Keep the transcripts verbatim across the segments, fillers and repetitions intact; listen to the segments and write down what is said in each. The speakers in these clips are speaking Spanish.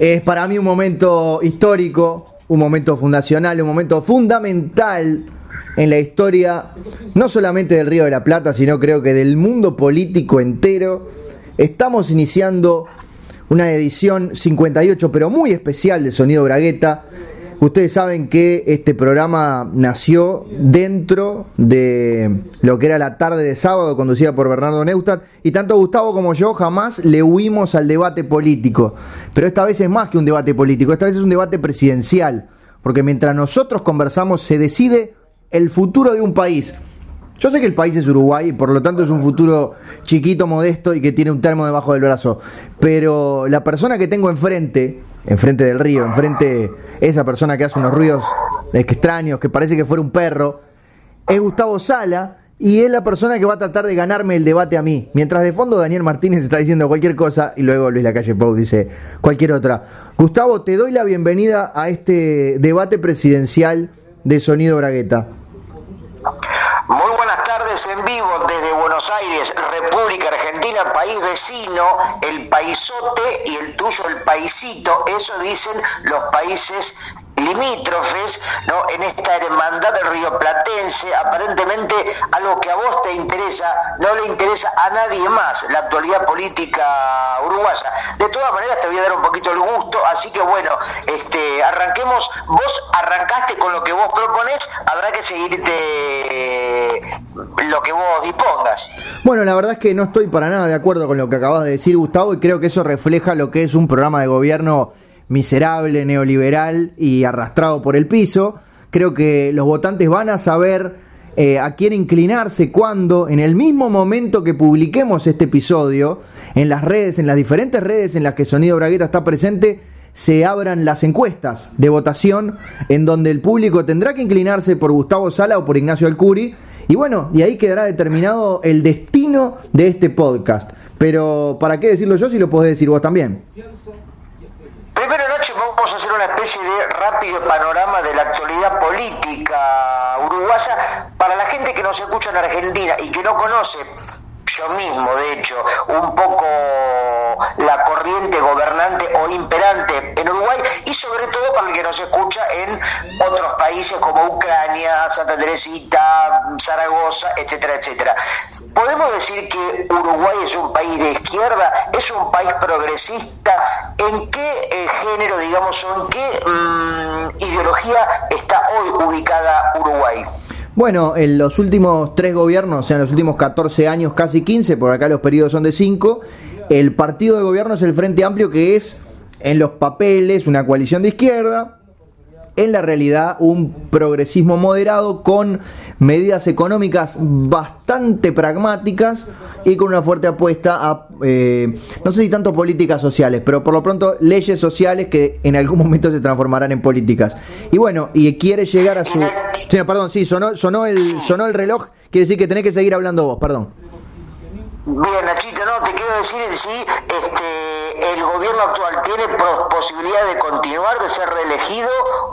Es para mí un momento histórico, un momento fundacional, un momento fundamental en la historia, no solamente del Río de la Plata, sino creo que del mundo político entero. Estamos iniciando una edición cincuenta y ocho, pero muy especial de Sonido Bragueta. Ustedes saben que este programa nació dentro de lo que era la tarde de sábado, conducida por Bernardo Neustadt, y tanto Gustavo como yo jamás le huimos al debate político. Pero esta vez es más que un debate político, esta vez es un debate presidencial, porque mientras nosotros conversamos se decide el futuro de un país. Yo sé que el país es Uruguay y por lo tanto es un futuro chiquito, modesto y que tiene un termo debajo del brazo, pero la persona que tengo enfrente, enfrente del río, enfrente esa persona que hace unos ruidos extraños, que parece que fuera un perro, es Gustavo Sala, y es la persona que va a tratar de ganarme el debate a mí, mientras de fondo Daniel Martínez está diciendo cualquier cosa y luego Luis Lacalle Pou dice cualquier otra. Gustavo, te doy la bienvenida a este debate presidencial de Sonido Bragueta. Muy buenas tardes en vivo desde Buenos Aires, República Argentina, país vecino, el paisote y el tuyo el paisito, eso dicen los países limítrofes, ¿no? En esta hermandad rioplatense, aparentemente algo que a vos te interesa, no le interesa a nadie más, la actualidad política uruguaya. De todas maneras te voy a dar un poquito el gusto, así que bueno, este, arranquemos. Vos arrancaste con lo que vos proponés, habrá que seguirte lo que vos dispongas. Bueno, la verdad es que no estoy para nada de acuerdo con lo que acabas de decir, Gustavo, y creo que eso refleja lo que es un programa de gobierno miserable, neoliberal y arrastrado por el piso. Creo que los votantes van a saber eh, a quién inclinarse cuando, en el mismo momento que publiquemos este episodio, en las redes, en las diferentes redes en las que Sonido Bragueta está presente, se abran las encuestas de votación en donde el público tendrá que inclinarse por Gustavo Sala o por Ignacio Alcuri, y bueno, y ahí quedará determinado el destino de este podcast. Pero ¿para qué decirlo yo si lo podés decir vos también? Primero, Nacho, vamos a hacer una especie de rápido panorama de la actualidad política uruguaya para la gente que nos escucha en Argentina y que no conoce, yo mismo de hecho, un poco la corriente gobernante o imperante en Uruguay, y sobre todo para el que nos escucha en otros países como Ucrania, Santa Teresita, Zaragoza, etcétera, etcétera. ¿Podemos decir que Uruguay es un país de izquierda? ¿Es un país progresista? ¿En qué eh, género, digamos, o en qué mmm, ideología está hoy ubicada Uruguay? Bueno, en los últimos tres gobiernos, o sea, en los últimos catorce años, casi quince, por acá los periodos son de cinco, el partido de gobierno es el Frente Amplio, que es, en los papeles, una coalición de izquierda, en la realidad un progresismo moderado con medidas económicas bastante pragmáticas y con una fuerte apuesta a, eh, no sé si tanto políticas sociales, pero por lo pronto leyes sociales que en algún momento se transformarán en políticas. Y bueno, y quiere llegar a su... Sí, perdón, sí, sonó, sonó, el, sonó el reloj, quiere decir que tenés que seguir hablando vos, perdón. Bien, Nachito, no, te quiero decir en sí, este, el gobierno actual tiene posibilidad de continuar, de ser reelegido,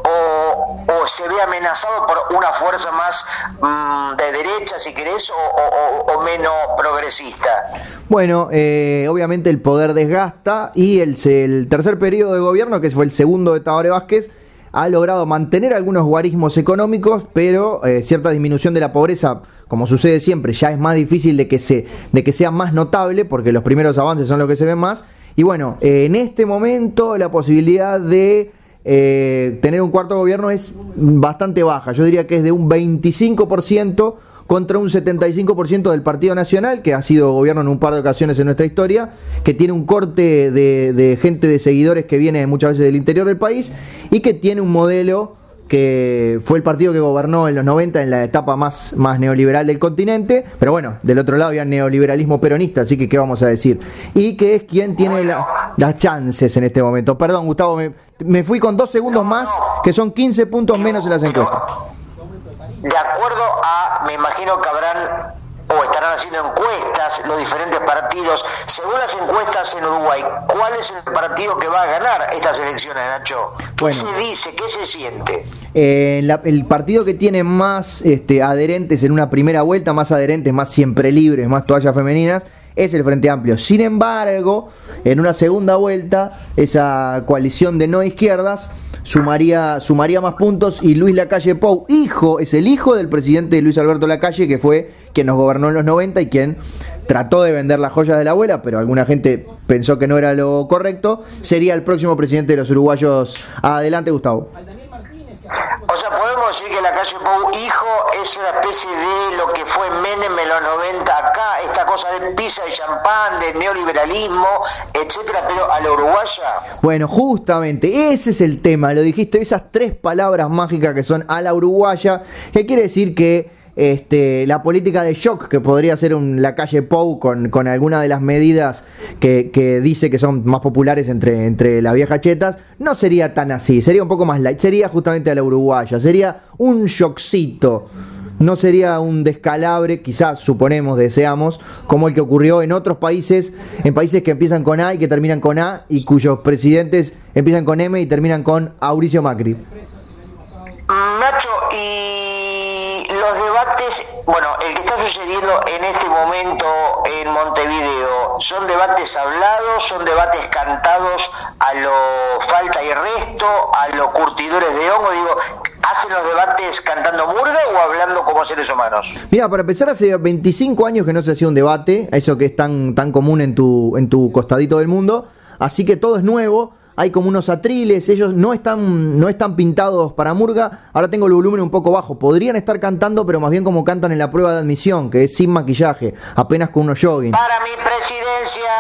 o, o se ve amenazado por una fuerza más mmm, de derecha, si querés, o, o, o menos progresista. Bueno, eh, obviamente el poder desgasta, y el, el tercer periodo de gobierno, que fue el segundo de Tabaré Vázquez, ha logrado mantener algunos guarismos económicos, pero eh, cierta disminución de la pobreza, como sucede siempre, ya es más difícil de que se de que sea más notable, porque los primeros avances son los que se ven más. Y bueno, eh, en este momento la posibilidad de eh, tener un cuarto gobierno es bastante baja. Yo diría que es de un veinticinco por ciento contra un setenta y cinco por ciento del Partido Nacional, que ha sido gobierno en un par de ocasiones en nuestra historia, que tiene un corte de, de gente, de seguidores que viene muchas veces del interior del país, y que tiene un modelo que fue el partido que gobernó en los noventa en la etapa más, más neoliberal del continente, pero bueno, del otro lado había neoliberalismo peronista, así que qué vamos a decir, y que es quien tiene la, las chances en este momento. Perdón, Gustavo, me, me fui con dos segundos más, que son quince puntos menos en las encuestas. De acuerdo a, me imagino que habrán o estarán haciendo encuestas los diferentes partidos. Según las encuestas en Uruguay, ¿cuál es el partido que va a ganar estas elecciones, Nacho? ¿Qué bueno, se dice? ¿Qué se siente? Eh, la, el partido que tiene más este, adherentes en una primera vuelta, más adherentes, más siempre libres, más toallas femeninas, es el Frente Amplio. Sin embargo, en una segunda vuelta, esa coalición de no izquierdas sumaría, sumaría más puntos y Luis Lacalle Pou, hijo, es el hijo del presidente Luis Alberto Lacalle, que fue quien nos gobernó en los noventa y quien trató de vender las joyas de la abuela, pero alguna gente pensó que no era lo correcto, sería el próximo presidente de los uruguayos. Adelante, Gustavo. O sea, podemos decir que Lacalle Pou, hijo, es una especie de lo que fue Menem en los noventa acá, esta cosa de pizza y champán, de neoliberalismo, etcétera, pero a la uruguaya. Bueno, justamente, ese es el tema, lo dijiste, esas tres palabras mágicas que son a la uruguaya, que quiere decir que Este, la política de shock que podría ser un Lacalle Pou con, con alguna de las medidas que, que dice que son más populares entre, entre las viejas chetas, no sería tan así, sería un poco más light, sería justamente a la uruguaya, sería un shockcito, no sería un descalabre, quizás suponemos, deseamos, como el que ocurrió en otros países, en países que empiezan con A y que terminan con A y cuyos presidentes empiezan con M y terminan con Mauricio Macri. Nacho, y los debates, bueno, el que está sucediendo en este momento en Montevideo, ¿son debates hablados, son debates cantados a lo falta y resto, a los curtidores de hongo? Digo, ¿hacen los debates cantando murga o hablando como seres humanos? Mira, para empezar, hace veinticinco años que no se hacía un debate, eso que es tan, tan común en tu, en tu costadito del mundo, así que todo es nuevo. Hay como unos atriles, ellos no están, no están pintados para murga. Ahora tengo el volumen un poco bajo. Podrían estar cantando, pero más bien como cantan en la prueba de admisión, que es sin maquillaje, apenas con unos jogging. Para mi presidencia,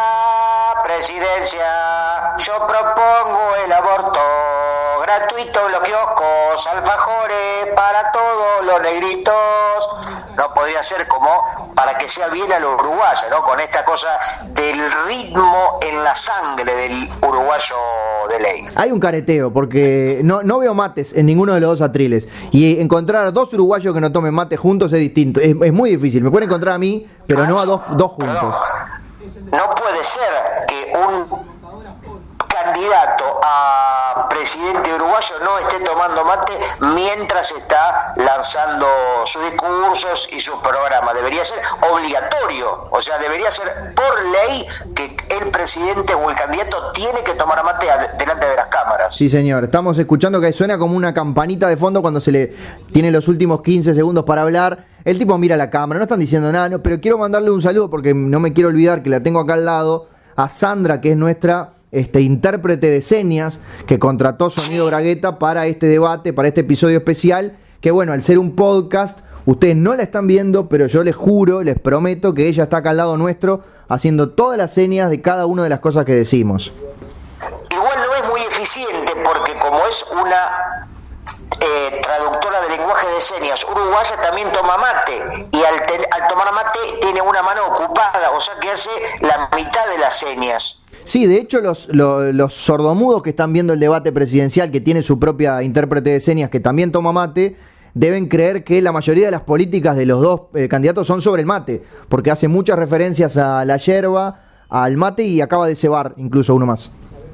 presidencia, yo propongo el aborto gratuito en los kioscos, alfajores para todos los negritos. No podría ser como para que sea bien a los uruguayos, ¿no? Con esta cosa del ritmo en la sangre del uruguayo de ley. Hay un careteo, porque no, no veo mates en ninguno de los dos atriles. Y encontrar a dos uruguayos que no tomen mate juntos es distinto. Es, es muy difícil. Me pueden encontrar a mí, pero no a dos, dos juntos. No puede ser que un candidato a presidente uruguayo no esté tomando mate mientras está lanzando sus discursos y sus programas. Debería ser obligatorio, o sea, debería ser por ley que el presidente o el candidato tiene que tomar mate delante de las cámaras. Sí, señor, estamos escuchando que suena como una campanita de fondo cuando se le tiene los últimos quince segundos para hablar. El tipo mira la cámara, no están diciendo nada, no, pero quiero mandarle un saludo porque no me quiero olvidar que la tengo acá al lado, a Sandra, que es nuestra Este intérprete de señas que contrató Sonido Bragueta para este debate, para este episodio especial, que bueno, al ser un podcast, ustedes no la están viendo, pero yo les juro, les prometo que ella está acá al lado nuestro, haciendo todas las señas de cada una de las cosas que decimos. Igual no es muy eficiente porque como es una eh, traductora de lenguaje de señas uruguaya, también toma mate, y al, te- al tomar mate tiene una mano ocupada, o sea que hace la mitad de las señas. Sí, de hecho los, los, los sordomudos que están viendo el debate presidencial, que tiene su propia intérprete de señas que también toma mate, deben creer que la mayoría de las políticas de los dos eh, candidatos son sobre el mate, porque hace muchas referencias a la yerba, al mate, y acaba de cebar incluso uno más.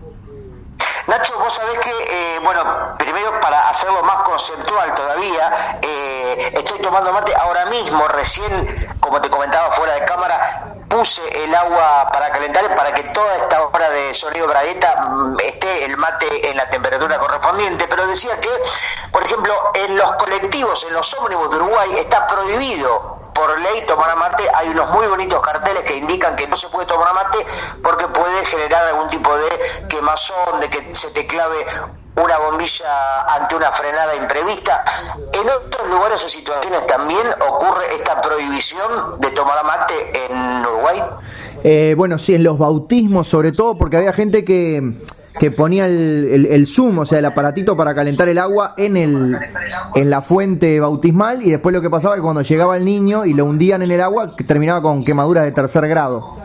Nacho, vos sabés que, eh, bueno, primero para hacerlo más conceptual todavía, eh, estoy tomando mate ahora mismo, recién, como te comentaba fuera de cámara, puse el agua para calentar para que toda esta hora de Sonido Bragueta mmm, esté el mate en la temperatura correspondiente, pero decía que, por ejemplo, en los colectivos, en los ómnibus de Uruguay, está prohibido por ley tomar mate. Hay unos muy bonitos carteles que indican que no se puede tomar mate porque puede generar algún tipo de quemazón, de que se te clave una bombilla ante una frenada imprevista. ¿En otros lugares o situaciones también ocurre esta prohibición de tomar mate en Uruguay? Eh, bueno, sí, en los bautismos sobre todo, porque había gente que, que ponía el, el, el zoom, o sea, el aparatito para calentar el agua en, el, en la fuente bautismal, y después lo que pasaba es que cuando llegaba el niño y lo hundían en el agua, terminaba con quemaduras de tercer grado.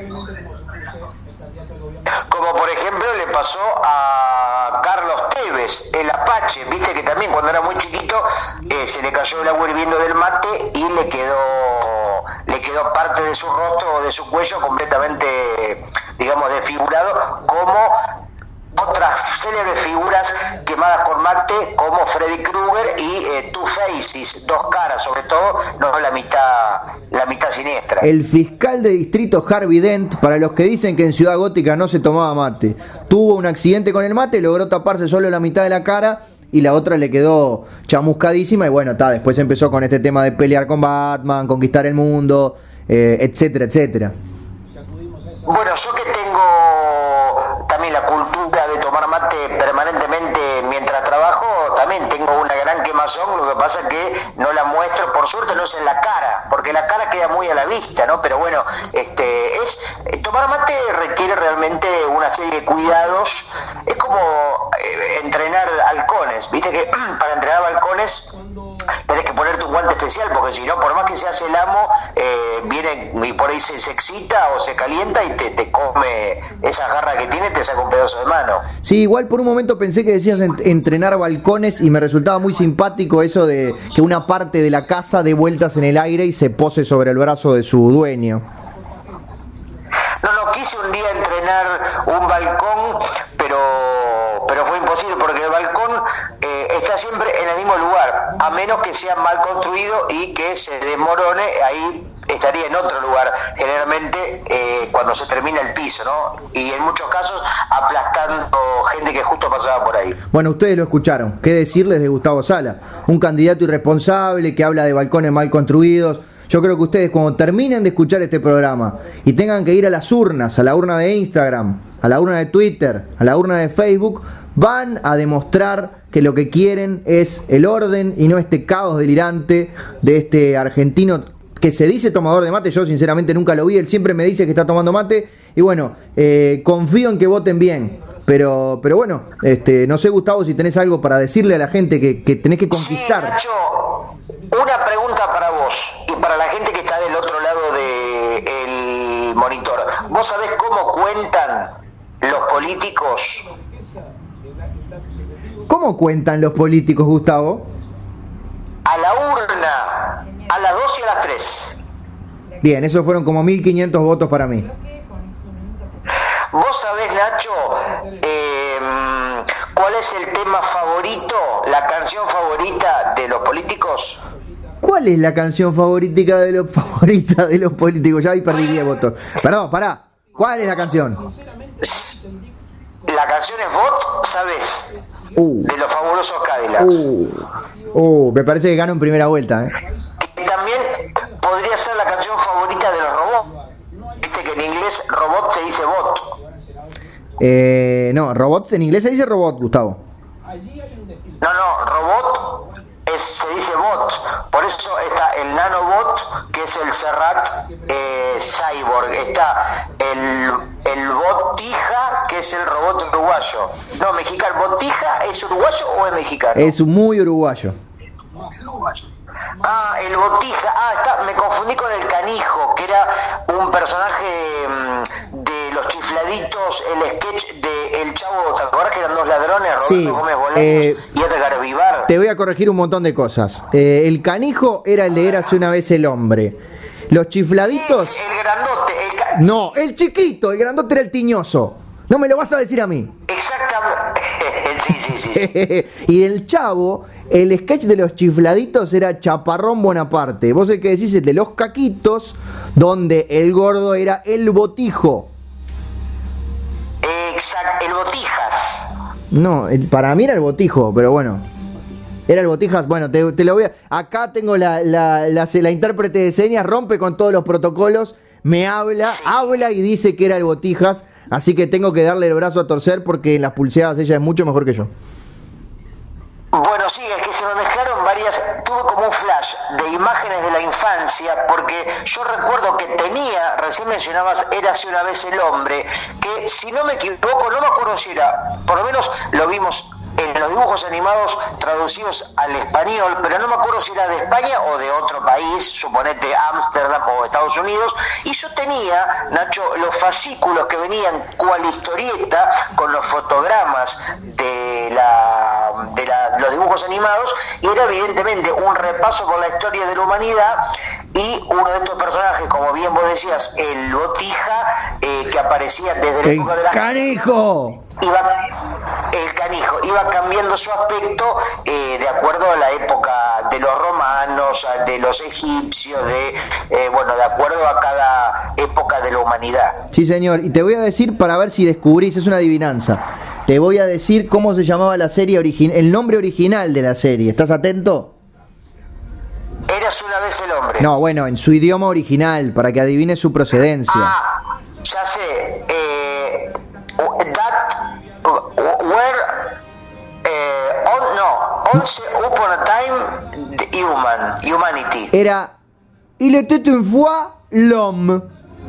Como por ejemplo le pasó a Carlos Tevez, el Apache, viste que también cuando era muy chiquito eh, se le cayó el agua hirviendo del mate y le quedó le quedó parte de su rostro o de su cuello completamente, digamos, desfigurado, como otras célebres figuras quemadas con mate como Freddy Krueger y eh, Two Faces, dos caras sobre todo, no la mitad, la mitad siniestra. El fiscal de distrito Harvey Dent, para los que dicen que en Ciudad Gótica no se tomaba mate, tuvo un accidente con el mate, logró taparse solo la mitad de la cara y la otra le quedó chamuscadísima y bueno, ta, después empezó con este tema de pelear con Batman, conquistar el mundo, eh, etcétera, etcétera. Bueno, yo que tengo también la cultura de tomar mate permanentemente mientras trabajo, también tengo una gran quemazón, lo que pasa es que no la muestro, por suerte no es en la cara, porque la cara queda muy a la vista, ¿no? Pero bueno, este es tomar mate requiere realmente una serie de cuidados, es como eh, entrenar halcones, viste que para entrenar halcones tenés que ponerte un guante especial, porque si no, por más que seas el amo, eh, viene y por ahí se, se excita o se calienta y te, te come esa garra que tiene, te saca un pedazo de mano. Sí, igual por un momento pensé que decías ent- entrenar balcones y me resultaba muy simpático eso de que una parte de la casa dé vueltas en el aire y se pose sobre el brazo de su dueño. No, no, quise un día entrenar un balcón, pero pero fue imposible porque el balcón eh, está siempre en el mismo lugar, a menos que sea mal construido y que se desmorone, ahí estaría en otro lugar, generalmente eh, cuando se termina el piso, ¿no? Y en muchos casos aplastando gente que justo pasaba por ahí. Bueno, ustedes lo escucharon, ¿qué decirles de Gustavo Sala? Un candidato irresponsable que habla de balcones mal construidos. Yo creo que ustedes cuando terminen de escuchar este programa y tengan que ir a las urnas, a la urna de Instagram, a la urna de Twitter, a la urna de Facebook, van a demostrar que lo que quieren es el orden y no este caos delirante de este argentino que se dice tomador de mate. Yo sinceramente nunca lo vi, él siempre me dice que está tomando mate y bueno, eh, confío en que voten bien. Pero pero bueno, este no sé, Gustavo, si tenés algo para decirle a la gente que, que tenés que conquistar. Sí, Nacho, una pregunta para vos y para la gente que está del otro lado del monitor. ¿Vos sabés cómo cuentan los políticos? ¿Cómo cuentan los políticos, Gustavo? A la urna, a las dos y a las tres. Bien, esos fueron como mil quinientos votos para mí. ¿Vos sabés, Nacho, eh, cuál es el tema favorito, la canción favorita de los políticos? ¿Cuál es la canción favorita de los favorita de los políticos? Ya ahí perdí diez votos. Perdón, pará. ¿Cuál es la canción? La canción es Vot, ¿sabés? Uh. De los fabulosos Cadillacs. Uh. Uh, me parece que gano en primera vuelta, ¿eh? Y también podría ser la canción favorita de los robots. Viste que en inglés robot se dice bot. Eh, no, robot en inglés se dice robot, Gustavo. No, no, robot es, se dice bot. Por eso está el nanobot, que es el Serrat eh, Cyborg. Está el, el Botija, que es el robot uruguayo. No, mexicano. ¿Botija es uruguayo o es mexicano? Es muy uruguayo. Ah, el Botija. Ah, está, me confundí con el Canijo, que era un personaje mmm, de los chifladitos, el sketch de El Chavo. ¿Te acordás que eran dos ladrones? Roberto Sí, Gómez Bolaños eh, y Edgar Vivar. Te voy a corregir un montón de cosas. Eh, el Canijo era el de Érase una vez el hombre. Los chifladitos... Es el grandote. El ca... No, el chiquito, el grandote era el tiñoso. No me lo vas a decir a mí. Exactamente. Sí, sí, sí, sí. Y el Chavo, el sketch de los chifladitos era Chaparrón Bonaparte. Vos el que decís es de los Caquitos, donde el gordo era el Botijo. Exacto, el Botijas. No, el, para mí era el Botijo, pero bueno. Era el Botijas. Bueno, te, te lo voy a... Acá tengo la, la, la, la intérprete de señas, rompe con todos los protocolos, me habla, sí. habla y dice que era el Botijas. Así que tengo que darle el brazo a torcer porque en las pulseadas ella es mucho mejor que yo. Bueno, sí, es que se me mezclaron varias, tuve como un flash de imágenes de la infancia, porque yo recuerdo que tenía, recién mencionabas, Érase una vez el hombre, que si no me equivoco, no me acuerdo si era, por lo menos lo vimos en los dibujos animados traducidos al español, pero no me acuerdo si era de España o de otro país, suponete Ámsterdam o Estados Unidos, y yo tenía, Nacho, los fascículos que venían cual historieta con los fotogramas de la de la, los dibujos animados, y era evidentemente un repaso por la historia de la humanidad, y uno de estos personajes, como bien vos decías, el Botija, eh, que aparecía desde la ¡El época de la... Canijo! Iba, el iba cambiando su aspecto eh, de acuerdo a la época de los romanos, de los egipcios, de eh, bueno, de acuerdo a cada época de la humanidad. Sí, señor, y te voy a decir para ver si descubrís, es una adivinanza. Te voy a decir cómo se llamaba la serie original, el nombre original de la serie. ¿Estás atento? Eras una vez el hombre. No, bueno, en su idioma original, para que adivines su procedencia. Ah, ya sé. Eh, that were eh, on, no, once upon a time the human humanity. Era Il était une fois l'homme.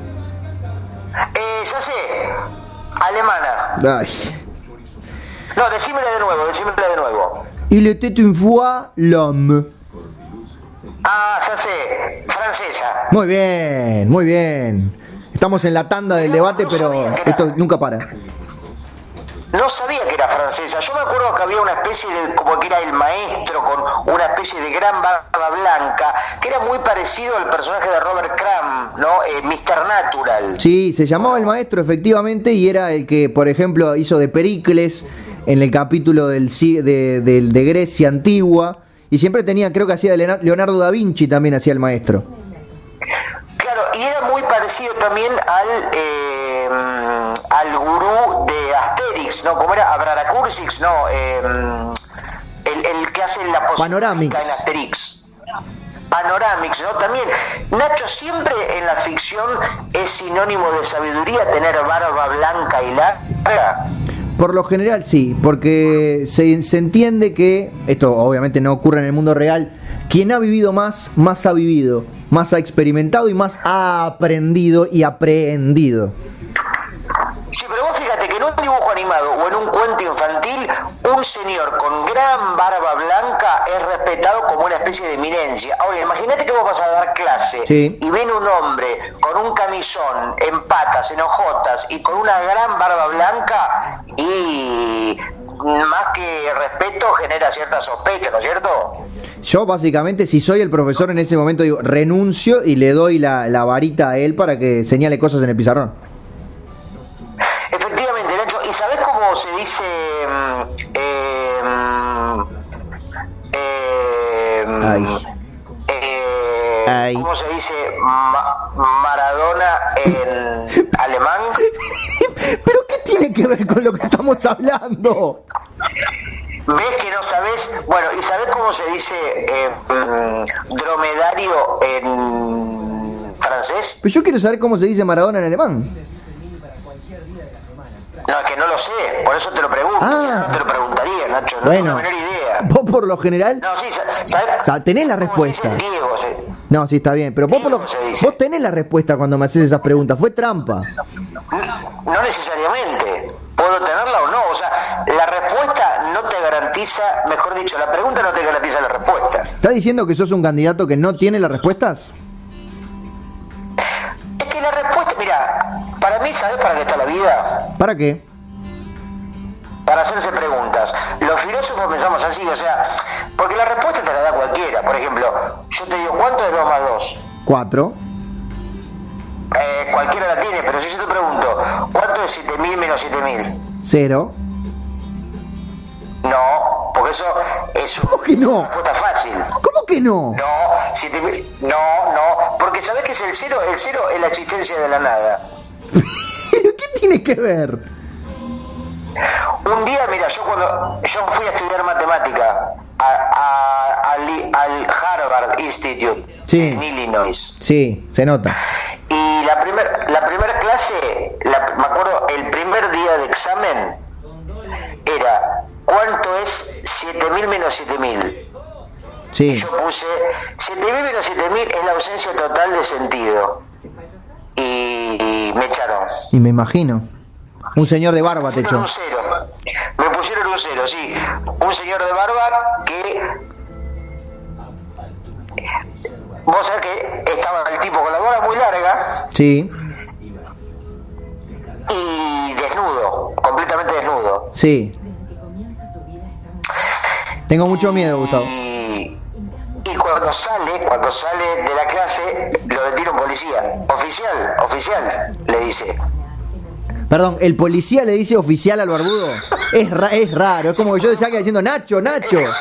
Eh, ya sé. Alemana. Ay. No, decímela de nuevo, decímela de nuevo. Il était une fois l'homme. Ah, ya sé, francesa. Muy bien, muy bien. Estamos en la tanda del debate, pero esto nunca para. No sabía que era francesa. Yo me acuerdo que había una especie de, como que era el maestro con una especie de gran barba blanca, que era muy parecido al personaje de Robert Crumb, ¿no? Eh, mister Natural. Sí, se llamaba el maestro efectivamente y era el que, por ejemplo, hizo de Pericles en el capítulo del, de, de, de Grecia antigua. Y siempre tenía, creo que hacía de Leonardo da Vinci también hacía el maestro. Claro, y era muy parecido también al eh, al gurú de Asterix, ¿no? ¿Cómo era? Abraracursix, ¿no? Eh, el, el que hace la Panoramix en Asterix. Panoramix, ¿no? También, Nacho, siempre en la ficción es sinónimo de sabiduría tener barba blanca y larga. Por lo general sí, porque se, se entiende que, esto obviamente no ocurre en el mundo real, quien ha vivido más, más ha vivido, más ha experimentado y más ha aprendido y aprehendido. Sí, pero vos fíjate que en un dibujo animado o en un cuento infantil, un señor con gran barba blanca es respetado como una especie de eminencia. Ahora, imagínate que vos vas a dar clase sí. y viene un hombre con un camisón, en patas, en hojotas y con una gran barba blanca y más que respeto genera cierta sospecha, ¿no es cierto? Yo básicamente, si soy el profesor en ese momento, digo, renuncio y le doy la, la varita a él para que señale cosas en el pizarrón. Efectivamente, Nacho, ¿y sabés cómo se dice eh, eh, Ay. Eh, Ay. ¿cómo se dice Ma- Maradona en alemán? ¿Pero qué tiene que ver con lo que estamos hablando? ¿Ves que no sabés? Bueno, ¿y sabés cómo se dice eh, dromedario en francés? Pero yo quiero saber cómo se dice Maradona en alemán. No, es que no lo sé, por eso te lo pregunto. Ah. No te lo preguntaría, Nacho, no Bueno, tengo la menor idea. Vos por lo general No, sí, ¿sabés? o sea, tenés la ¿Cómo respuesta. se dice Diego? ¿Sí? No, sí, está bien, pero vos, por lo, Diego se dice. vos tenés la respuesta cuando me haces esas preguntas. Fue trampa. No necesariamente. ¿Puedo tenerla o no? O sea, la respuesta no te garantiza, mejor dicho, la pregunta no te garantiza la respuesta. ¿Estás diciendo que sos un candidato que no tiene las respuestas? Es que la respuesta, mira, para mí, ¿sabés para qué está la vida? ¿Para qué? Para hacerse preguntas. Los filósofos pensamos así, o sea, porque la respuesta te la da cualquiera. Por ejemplo, yo te digo, ¿cuánto es dos más dos? Cuatro. Eh, cualquiera la tiene, pero si yo te pregunto, ¿cuánto es siete mil menos siete mil? Cero. No, porque eso es un- ¿Cómo que no? una respuesta fácil. ¿Cómo que no? No, siete mil, no, no, porque ¿sabés qué es el cero? El cero es la existencia de la nada. ¿Pero qué tiene que ver? Un día, mira, yo cuando yo fui a estudiar matemática a, a- al, al Harvard Institute Sí. en Illinois. Sí, se nota. Y la primera la primer clase, la- me acuerdo, el primer día de examen era ¿cuánto es siete mil menos siete mil? Sí. Yo puse siete mil menos siete mil es la ausencia total de sentido. Y, y me echaron. Y me imagino. Un señor de barba te Me echó. pusieron un cero. Me pusieron un cero, sí. Un señor de barba que... Vos sabés que estaba el tipo con la barba muy larga Sí, y desnudo, completamente desnudo. sí. Tengo mucho miedo, Gustavo. Y, y cuando sale, cuando sale de la clase, lo detiene un policía. Oficial, oficial, le dice. Perdón, ¿el policía le dice oficial al barbudo? Es, ra es raro, es como que yo decía que diciendo Nacho, Nacho. Era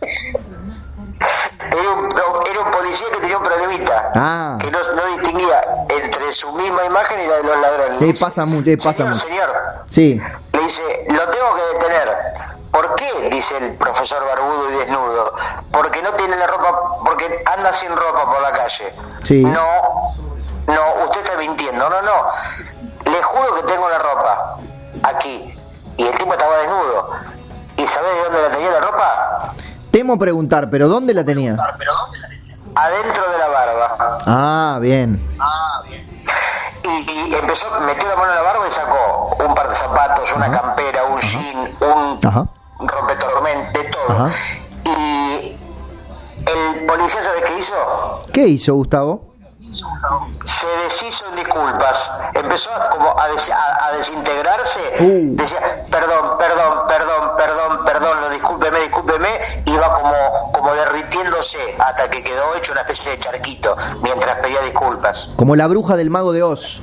un, era un policía que tenía un problemita. Ah. Que no, no distinguía entre su misma imagen y la de los ladrones. Sí, dice, pasa mucho, sí, pasa señor, mucho. señor. Sí. Le dice, lo tengo que detener. ¿Por qué? Dice el profesor barbudo y desnudo. Porque no tiene la ropa, porque anda sin ropa por la calle. Sí. No, no, usted está mintiendo. No, no. Le juro que tengo la ropa aquí. Y el tipo estaba desnudo. ¿Y sabés de dónde la tenía la ropa? Temo preguntar, ¿pero dónde la tenía? Adentro de la barba. Ah, bien. Y, y empezó, metió la mano en la barba y sacó un par de zapatos, una Ajá. campera, un jean, un Ajá. rompetormenta, de todo. Ajá. Y el policía, ¿sabes qué hizo? ¿Qué hizo Gustavo? Se deshizo en disculpas, empezó a, como a, des, a, a desintegrarse, Uh. decía, perdón, perdón, perdón, perdón, perdón, lo discúlpeme, discúlpeme, iba como, como derritiéndose hasta que quedó hecho una especie de charquito mientras pedía disculpas. Como la bruja del mago de Oz.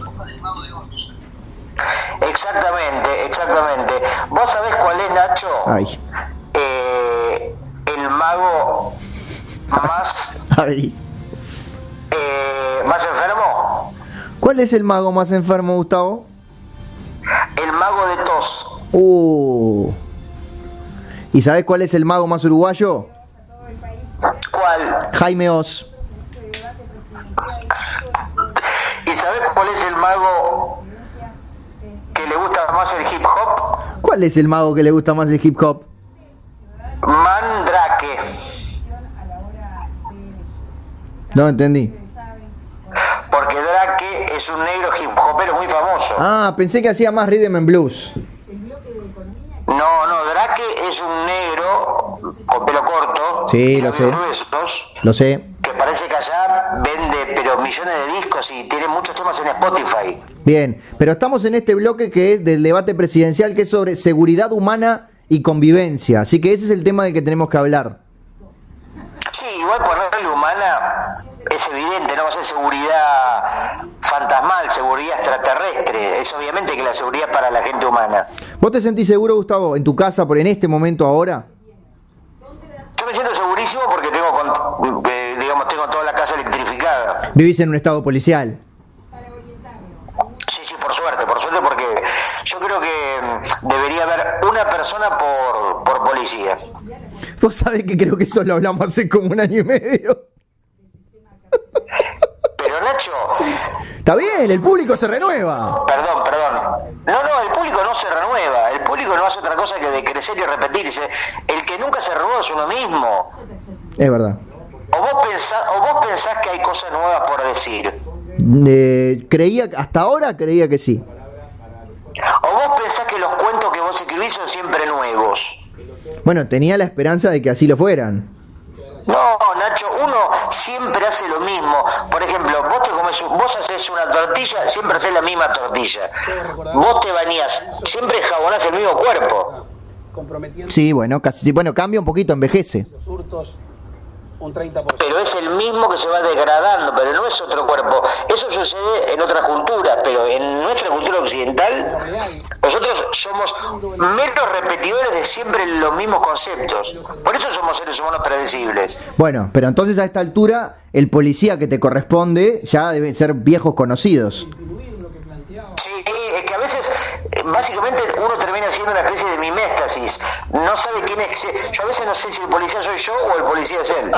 Exactamente, exactamente. ¿Vos sabés cuál es, Nacho? Ay. Eh, el mago más, Ay. eh, más enfermo. ¿Cuál es el mago más enfermo, Gustavo? El mago de tos. Uh. ¿Y sabés cuál es el mago más uruguayo? ¿Cuál? Jaime Oz. ¿Y sabés cuál es el mago que le gusta más el hip hop? ¿Cuál es el mago que le gusta más el hip hop? Mandrake. No entendí. Porque Drake es un negro hip hopero muy famoso. Ah, pensé que hacía más rhythm and blues. No, no, Drake es un negro con pelo corto, Sí, y lo labios sé. gruesos, Lo sé. que parece que allá vende pero millones de discos y tiene muchos temas en Spotify. Bien, pero estamos en este bloque que es del debate presidencial, que es sobre seguridad humana y convivencia. Así que ese es el tema del que tenemos que hablar. Sí, igual ponerle humana es evidente, no va a ser seguridad fantasmal, seguridad extraterrestre. Es obviamente que la seguridad para la gente humana. ¿Vos te sentís seguro, Gustavo, en tu casa por en este momento ahora? Yo me siento segurísimo porque tengo, con, eh, digamos, tengo toda la casa electrificada. Vivís en un estado policial. Sí, sí, por suerte, por suerte, porque yo creo que mm, debería haber una persona por, por policía. Vos sabés que creo que eso lo hablamos hace como un año y medio. Pero Nacho, Está bien, el público se renueva. perdón, perdón. No, no, el público no se renueva. El público no hace otra cosa que decrecer y repetirse. El que nunca se renueva es uno mismo. Es verdad. O vos pensás, o vos pensás que hay cosas nuevas por decir. Eh, creía, hasta ahora creía que sí. O vos pensás que los cuentos que vos escribís son siempre nuevos. Bueno, tenía la esperanza de que así lo fueran. No, Nacho, uno siempre hace lo mismo. Por ejemplo, vos te comes, vos haces una tortilla, siempre haces la misma tortilla. Vos te bañás, siempre jabonás el mismo cuerpo. Comprometiendo Sí, bueno, casi, sí, bueno, cambia un poquito, envejece. los hurtos un treinta por ciento. Pero es el mismo que se va degradando, pero no es otro cuerpo. Eso sucede en otras culturas, pero en nuestra cultura occidental, nosotros somos meros repetidores de siempre los mismos conceptos. Por eso somos seres humanos predecibles. Bueno, pero entonces a esta altura, el policía que te corresponde ya deben ser viejos conocidos. Sí, es que a veces, eh, básicamente, uno termina siendo una especie de miméstasis. No sabe quién es. Yo a veces no sé si el policía soy yo o el policía es él.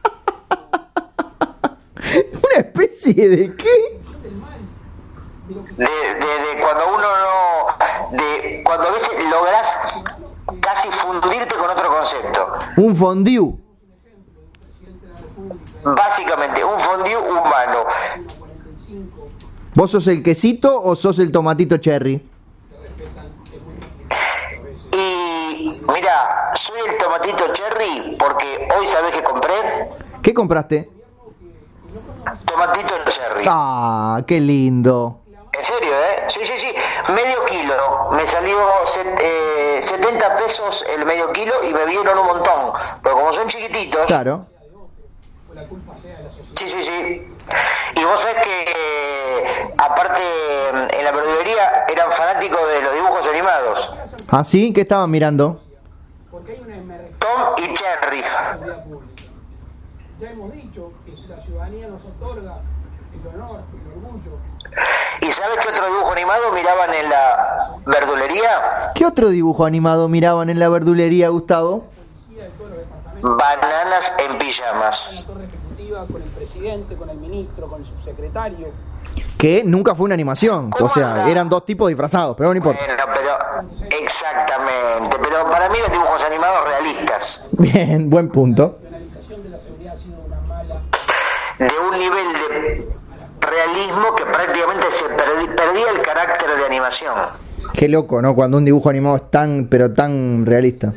¿Una especie de qué? De, de, de cuando uno no... De cuando, ¿viste? Lográs casi fundirte con otro concepto. Un fondue. Básicamente, un fondue humano. ¿Vos sos el quesito o sos el tomatito cherry? Y mira, soy el tomatito cherry porque hoy, ¿sabés qué compré? ¿Qué compraste? Tomatito cherry. Ah, qué lindo. En serio, ¿eh? Sí, sí, sí. Medio kilo. Me salió set, eh, setenta pesos el medio kilo y me vieron un montón. Pero como son chiquititos... Claro. Sí, sí, sí. Y vos sabés que, aparte, en la verdulería eran fanáticos de los dibujos animados. ¿Ah, sí? ¿Qué estaban mirando? Porque hay una emergencia Tom y Jerry. de la seguridad pública. Ya hemos dicho que si la ciudadanía nos otorga el honor, el orgullo, ¿Y sabes qué otro dibujo animado miraban en la verdulería? ¿Qué otro dibujo animado miraban en la verdulería, Gustavo? policía de todos los departamentos, Bananas en pijamas. en la torre ejecutiva, con el presidente, con el ministro, con el subsecretario. Que nunca fue una animación. O sea, eran dos tipos disfrazados, pero no importa. Bueno, pero exactamente, pero para mí los dibujos animados realistas, Bien, buen punto. La penalización de la seguridad ha sido una mala. de un nivel de realismo que prácticamente se perdi- perdía el carácter de animación. Qué loco, ¿no? Cuando un dibujo animado es tan, pero tan realista.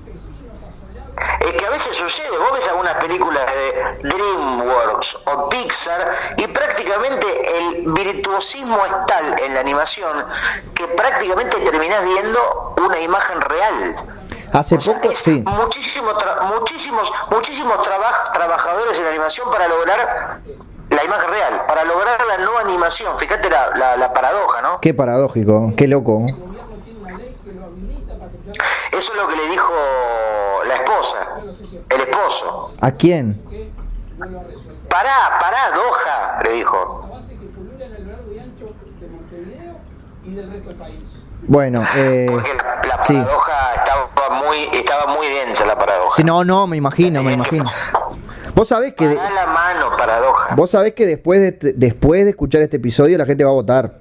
Es que a veces sucede, vos ves algunas películas de DreamWorks o Pixar y prácticamente el virtuosismo es tal en la animación que prácticamente terminás viendo una imagen real. Hace O sea, poco, es sí. muchísimo tra- muchísimos, muchísimos traba- trabajadores en animación para lograr la imagen real, para lograr la no animación. Fíjate la, la, la paradoja, ¿no? Qué paradójico, qué loco. Eso es lo que le dijo la esposa, el esposo. ¿A quién? Pará, pará, Doha, le dijo. Base que pulula en el largo y ancho de Montevideo y del resto del país. Bueno, eh, Porque la, la sí. paradoja estaba muy, estaba muy densa la paradoja. Sí, no, no, me imagino, me imagino. Vos sabés que, de- Pará la mano, paradoja. vos sabés que después de, después de escuchar este episodio la gente va a votar.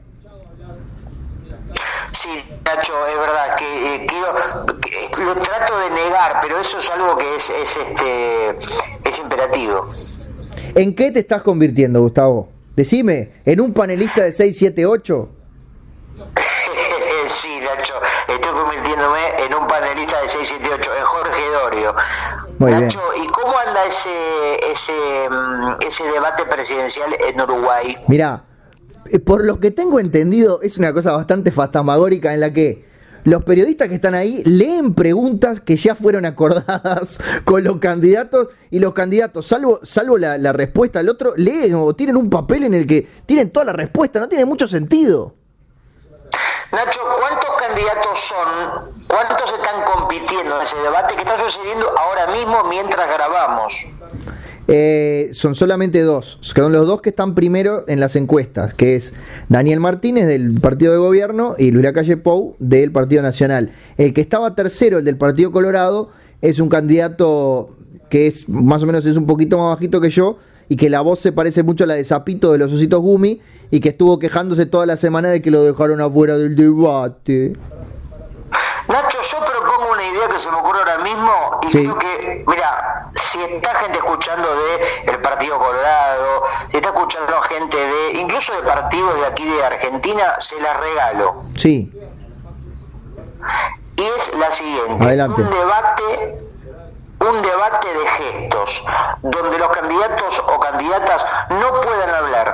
Sí, Nacho, es verdad que, eh, quiero, que lo trato de negar, pero eso es algo que es, es este es imperativo. ¿En qué te estás convirtiendo, Gustavo? Decime, ¿en un panelista de seis, siete, ocho? Sí, Nacho, estoy convirtiéndome en un panelista de seis siete ocho, en Jorge Dorio. Muy bien. Nacho, ¿y cómo anda ese ese mm, ese debate presidencial en Uruguay? Mirá, eh, por lo que tengo entendido, es una cosa bastante fantasmagórica en la que los periodistas que están ahí leen preguntas que ya fueron acordadas con los candidatos y los candidatos, salvo salvo la, la respuesta al otro, leen o tienen un papel en el que tienen toda la respuesta, no tiene mucho sentido. Nacho, ¿cuántos candidatos son? ¿Cuántos están compitiendo en ese debate que está sucediendo ahora mismo mientras grabamos? Eh, son solamente dos, son los dos que están primero en las encuestas, que es Daniel Martínez del Partido de Gobierno y Luis Lacalle Pou del Partido Nacional. El que estaba tercero, el del Partido Colorado, es un candidato que es más o menos es un poquito más bajito que yo y que la voz se parece mucho a la de Zapito de los Ositos Gumi y que estuvo quejándose toda la semana de que lo dejaron afuera del debate. Nacho, yo propongo una idea que se me ocurre ahora mismo y Sí. creo que, mira, si está gente escuchando de el Partido Colorado, si está escuchando gente de, incluso de partidos de aquí de Argentina, se las regalo. Sí, Y es la siguiente, Adelante. un debate, un debate de gestos, donde los candidatos o candidatas no puedan hablar.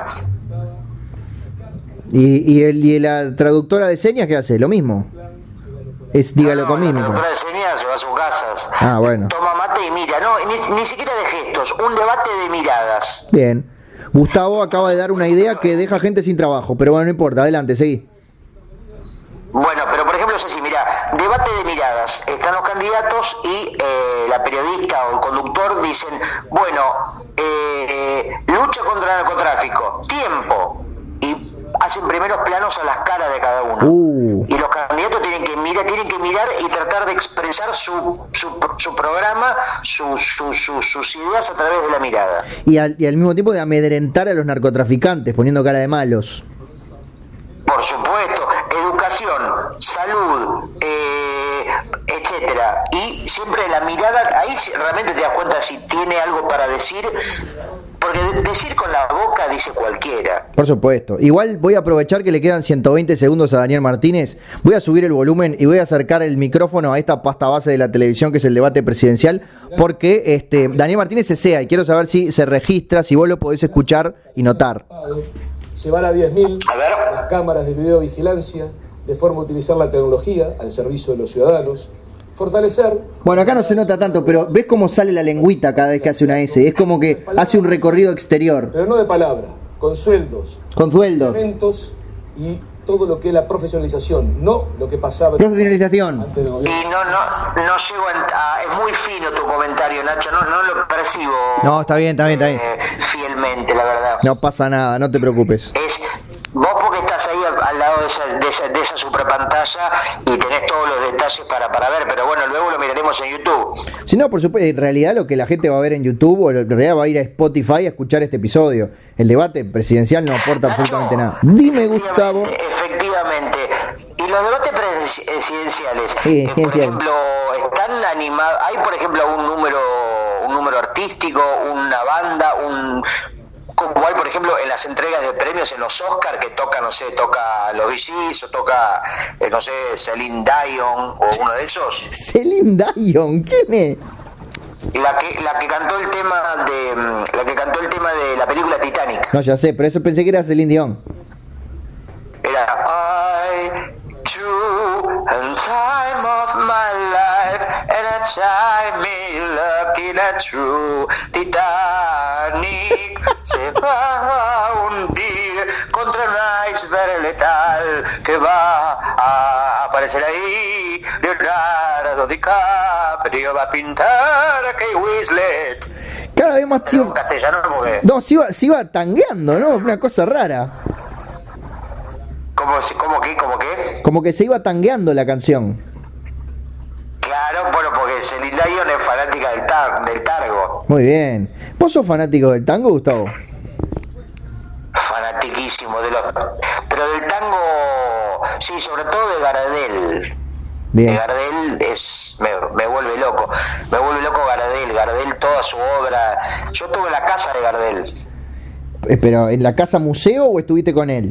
y, y, el, y la traductora de señas, ¿qué hace? Lo mismo. Es dígalo No, con no, la mímica. doctora de señas se va a sus casas. Ah, bueno. Toma mate y mira, no, ni, ni siquiera de gestos, un debate de miradas. Bien. Gustavo acaba de dar una idea que deja gente sin trabajo, pero bueno, no importa, adelante, seguí. Bueno, pero por ejemplo es así, mira, debate de miradas, están los candidatos y eh, la periodista o el conductor dicen, bueno, eh, lucha contra el narcotráfico, tiempo, y hacen primeros planos a las caras de cada uno. Uh. Y los candidatos tienen que mirar, tienen que mirar y tratar de expresar su, su, su programa, su, su, su, sus ideas a través de la mirada. Y al, y al mismo tiempo de amedrentar a los narcotraficantes, poniendo cara de malos. Por supuesto, educación, salud, eh, etcétera. Y siempre la mirada, ahí sí realmente te das cuenta si tiene algo para decir, porque de- decir con la boca dice cualquiera. Por supuesto. Igual voy a aprovechar que le quedan ciento veinte segundos a Daniel Martínez. Voy a subir el volumen y voy a acercar el micrófono a esta pasta base de la televisión que es el debate presidencial, porque este Daniel Martínez es SEA y quiero saber si se registra, si vos lo podés escuchar y notar. Se van a diez mil A ver. las cámaras de videovigilancia, de forma a utilizar la tecnología al servicio de los ciudadanos, fortalecer. Bueno, acá no se nota tanto, pero ¿ves cómo sale la lengüita cada vez que hace una S? Es como que hace un recorrido exterior, Pero no de palabra, con sueldos, con sueldos. elementos y todo lo que es la profesionalización, no lo que pasaba Profesionalización. antes del gobierno. Y no, no, no llego a, a- es muy fino tu comentario, Nacho, no, no lo percibo No, está bien, está bien, está bien. eh, fielmente, la verdad. No pasa nada, no te preocupes. Es vos porque estás ahí al, al lado de esa, de esa, de esa superpantalla y tenés todos los detalles para, para ver, pero bueno, luego lo miraremos en YouTube. Si no, por supuesto, en realidad lo que la gente va a ver en YouTube o en realidad va a ir a Spotify a escuchar este episodio. El debate presidencial no aporta Nacho, absolutamente nada. Dime, Gustavo. Efectivamente. Y los debates presidenciales, Sí, eh, por ciencial. ejemplo, están animados. Hay, por ejemplo, un número, un número artístico, una banda, un como hay, por ejemplo, en las entregas de premios en los Oscar que toca, no sé, toca los Bee Gees o toca, eh, no sé, Celine Dion o uno de esos. Celine Dion, ¿quién es? La que la que cantó el tema de mm, la que cantó el tema de la película Titanic. No, ya sé, pero eso pensé que era Celine Dion. Era I true and time of my life and a time me lucky and true Titanic se va a hundir contra un iceberg letal que va a aparecer ahí. Leonardo DiCaprio va a pintar a Kate Winslet. Cada vez más Pero tío. en castellano porque No, se iba, se iba tangueando, ¿no? Una cosa rara. ¿Cómo, se- cómo qué? ¿Cómo qué? Como que se iba tangueando la canción. Claro, bueno, porque Celine Dion es fanática del, tar, del targo. Muy bien. ¿Vos sos fanático del tango, Gustavo? Fanatiquísimo de los... Pero del tango, sí, sobre todo de Gardel. De Bien. Gardel es... Me, me vuelve loco. Me vuelve loco Gardel. Gardel, toda su obra. Yo tuve la casa de Gardel. Eh, ¿Pero en la casa museo o estuviste con él?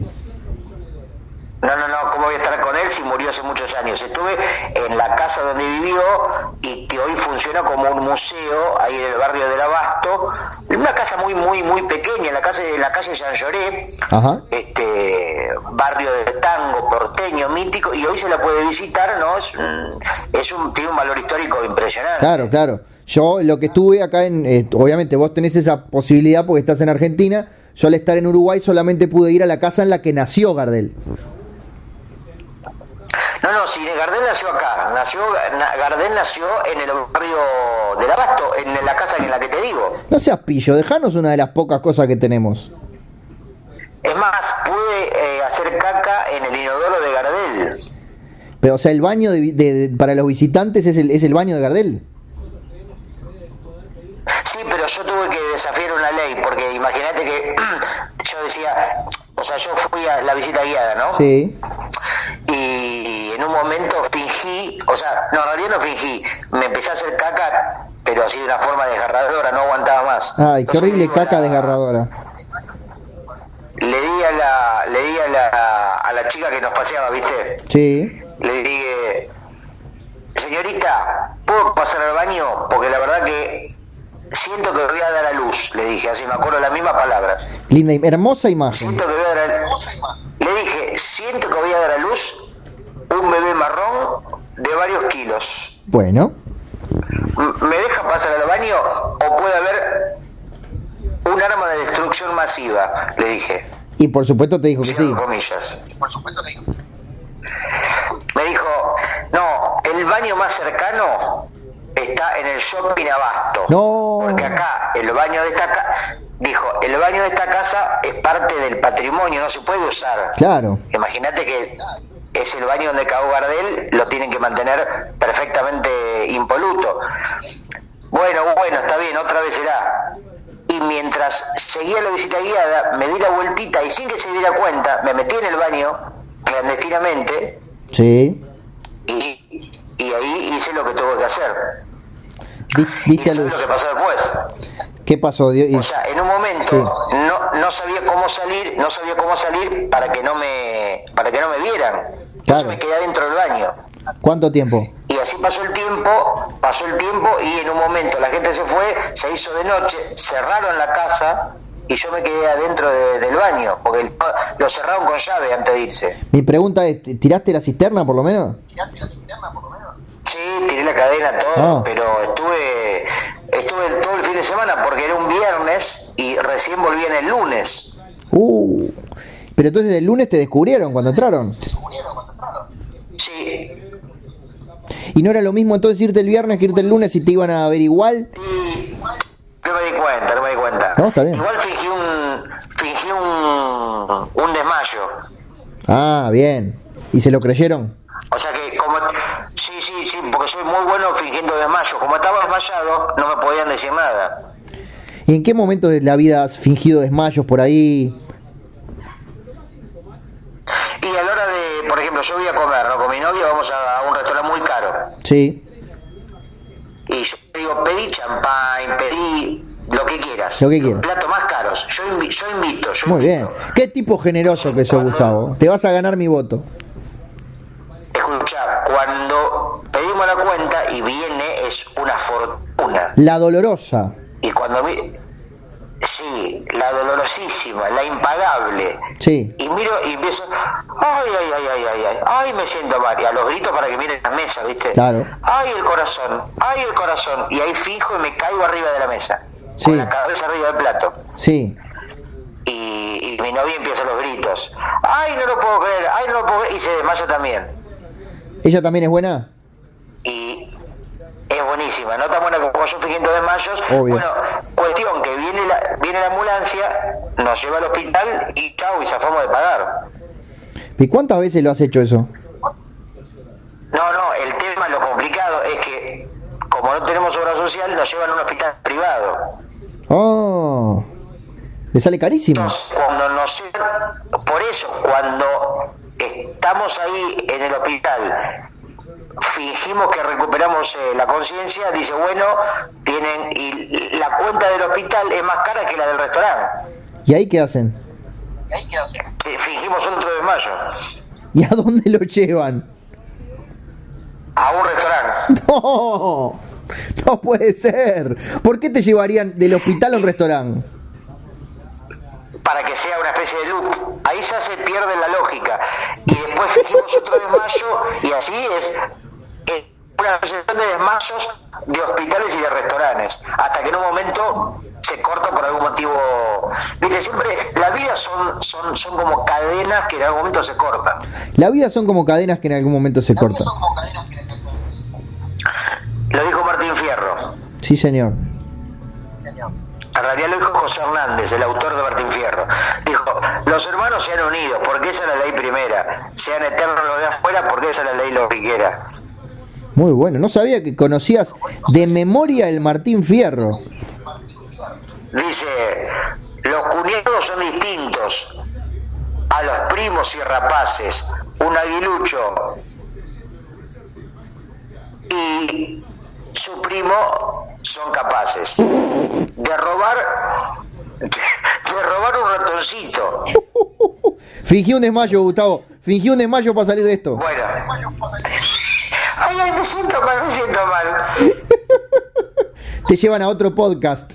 No, no, no, ¿cómo voy a estar con él si murió hace muchos años? Estuve en la casa donde vivió y que hoy funciona como un museo ahí en el barrio del Abasto, en una casa muy, muy, muy pequeña, en la calle, en la calle Jean Lloré, Ajá. este barrio de tango porteño, mítico, y hoy se la puede visitar, ¿no? Es un, es un, tiene un valor histórico impresionante. Claro, claro. Yo lo que estuve acá en... eh, obviamente vos tenés esa posibilidad porque estás en Argentina. Yo al estar en Uruguay solamente pude ir a la casa en la que nació Gardel. No, no, si Gardel nació acá, nació, na- Gardel nació en el barrio del Abasto, en la casa en la que te digo. No seas pillo, dejanos una de las pocas cosas que tenemos. Es más, pude eh, hacer caca en el inodoro de Gardel. Pero, o sea, el baño de, de- de- para los visitantes es el, es el baño de Gardel. Sí, pero yo tuve que desafiar una ley, porque imagínate que yo decía, o sea, yo fui a la visita guiada, ¿no? Sí. Y en un momento fingí, o sea, no, en realidad no fingí, me empecé a hacer caca, pero así de una forma desgarradora, no aguantaba más. Ay, qué Entonces horrible le digo a caca la- desgarradora. Le di a la, le di a la, a la chica que nos paseaba, ¿viste? Sí. Le dije, señorita, ¿puedo pasar al baño? Porque la verdad que siento que voy a dar a luz, le dije, así me acuerdo las mismas palabras. Linda, y- hermosa imagen. Siento que voy a dar a luz. Le dije, siento que voy a dar a luz un bebé marrón de varios kilos. Bueno. M- ¿Me deja pasar al baño o puede haber un arma de destrucción masiva? Le dije. Y por supuesto te dijo que sí. Cierro comillas. Me dijo, no, el baño más cercano está en el shopping Abasto. No. Porque acá, el baño de esta casa, dijo, el baño de esta casa es parte del patrimonio, no se puede usar. Claro. Imagínate que es el baño donde cagó Gardel, lo tienen que mantener perfectamente impoluto. Bueno, bueno, está bien, otra vez será. Y mientras seguía la visita guiada, me di la vueltita y sin que se diera cuenta, me metí en el baño clandestinamente Sí. y, y ahí hice lo que tuve que hacer. Di- ¿Y diste a sabes luz. lo que pasó después? ¿Qué pasó? Dio- y- O sea, en un momento Sí. no, no sabía cómo salir, no sabía cómo salir para que no me, para que no me vieran. Entonces Claro. me quedé adentro del baño. ¿Cuánto tiempo? Y así pasó el tiempo, pasó el tiempo y en un momento la gente se fue, se hizo de noche, cerraron la casa y yo me quedé adentro de- del baño, porque el- lo cerraron con llave antes de irse. Mi pregunta es, ¿tiraste la cisterna por lo menos? Sí, tiré la cadena, todo, Ah. pero estuve estuve todo el fin de semana porque era un viernes y recién volví en el lunes. Uh. Pero entonces el lunes te descubrieron cuando entraron. Sí. ¿Y no era lo mismo entonces irte el viernes que irte el lunes y te iban a ver igual? Y no me di cuenta, no me di cuenta. No, está bien. Igual fingí un, fingí un, un desmayo. Ah, bien. ¿Y se lo creyeron? O sea que como... Sí, sí, sí, porque soy muy bueno fingiendo desmayo. Como estaba desmayado, no me podían decir nada. ¿Y en qué momento de la vida has fingido desmayos por ahí? Y a la hora de, por ejemplo, yo voy a comer, ¿no? Con mi novia vamos a, a un restaurante muy caro. Sí. Y yo digo, pedí champán, pedí lo que quieras. Lo que quieras. Platos más caros. Yo, invi yo invito, yo Muy invito. bien. Qué tipo generoso que sos, Gustavo. Te vas a ganar mi voto. Escucha, cuando pedimos la cuenta y viene es una fortuna. La dolorosa. Y cuando vi... Sí, la dolorosísima, la impagable. Sí. Y miro y empiezo, ay, ay, ay, ay, ay, ay, ay, me siento mal. Y a los gritos para que miren las mesas, ¿viste? Claro. Ay, el corazón, ay, el corazón. Y ahí fijo y me caigo arriba de la mesa. Sí. Con la cabeza arriba del plato. Sí. Y, y mi novia empieza los gritos. Ay, no lo puedo creer, ay, no lo puedo creer. Y se desmaya también. ¿Ella también es buena? Y es buenísima, no tan buena como yo fingiendo desmayos. Obvio. Bueno, cuestión que viene la, viene la ambulancia, nos lleva al hospital y chau, y zafamos de pagar. ¿Y cuántas veces lo has hecho eso? No, no, el tema, lo complicado es que como no tenemos obra social, nos llevan a un hospital privado. Oh, le sale carísimo. Entonces, cuando nos llevan, por eso, cuando estamos ahí en el hospital, fingimos que recuperamos eh, la conciencia, dice, bueno, tienen, y la cuenta del hospital es más cara que la del restaurante. ¿Y ahí qué hacen? Eh, Fingimos otro desmayo. ¿Y a dónde lo llevan? A un restaurante. No, no puede ser. ¿Por qué te llevarían del hospital a un restaurante? Para que sea una especie de loop. Ahí ya se pierde la lógica. Y después fingimos otro desmayo y así es eh, una asociación de desmayos de hospitales y de restaurantes. Hasta que en un momento se corta por algún motivo. Viste, siempre la vida son, son, son como cadenas que en algún momento se cortan. La vida son como cadenas que en algún momento se cortan. Lo dijo Martín Fierro. Sí, señor. En realidad lo dijo José Hernández, el autor de Martín Fierro. Dijo, los hermanos se han unido, porque esa es la ley primera. Sean eternos los de afuera, porque esa es la ley logiquera. Muy bueno, no sabía que conocías de memoria el Martín Fierro. Dice, los cuñados son distintos a los primos y rapaces. Un aguilucho y su primo son capaces de robar de robar un ratoncito. Fingí un desmayo, Gustavo. Fingí un desmayo para salir de esto. Bueno. Ay, ay, me siento mal, me siento mal. Te llevan a otro podcast.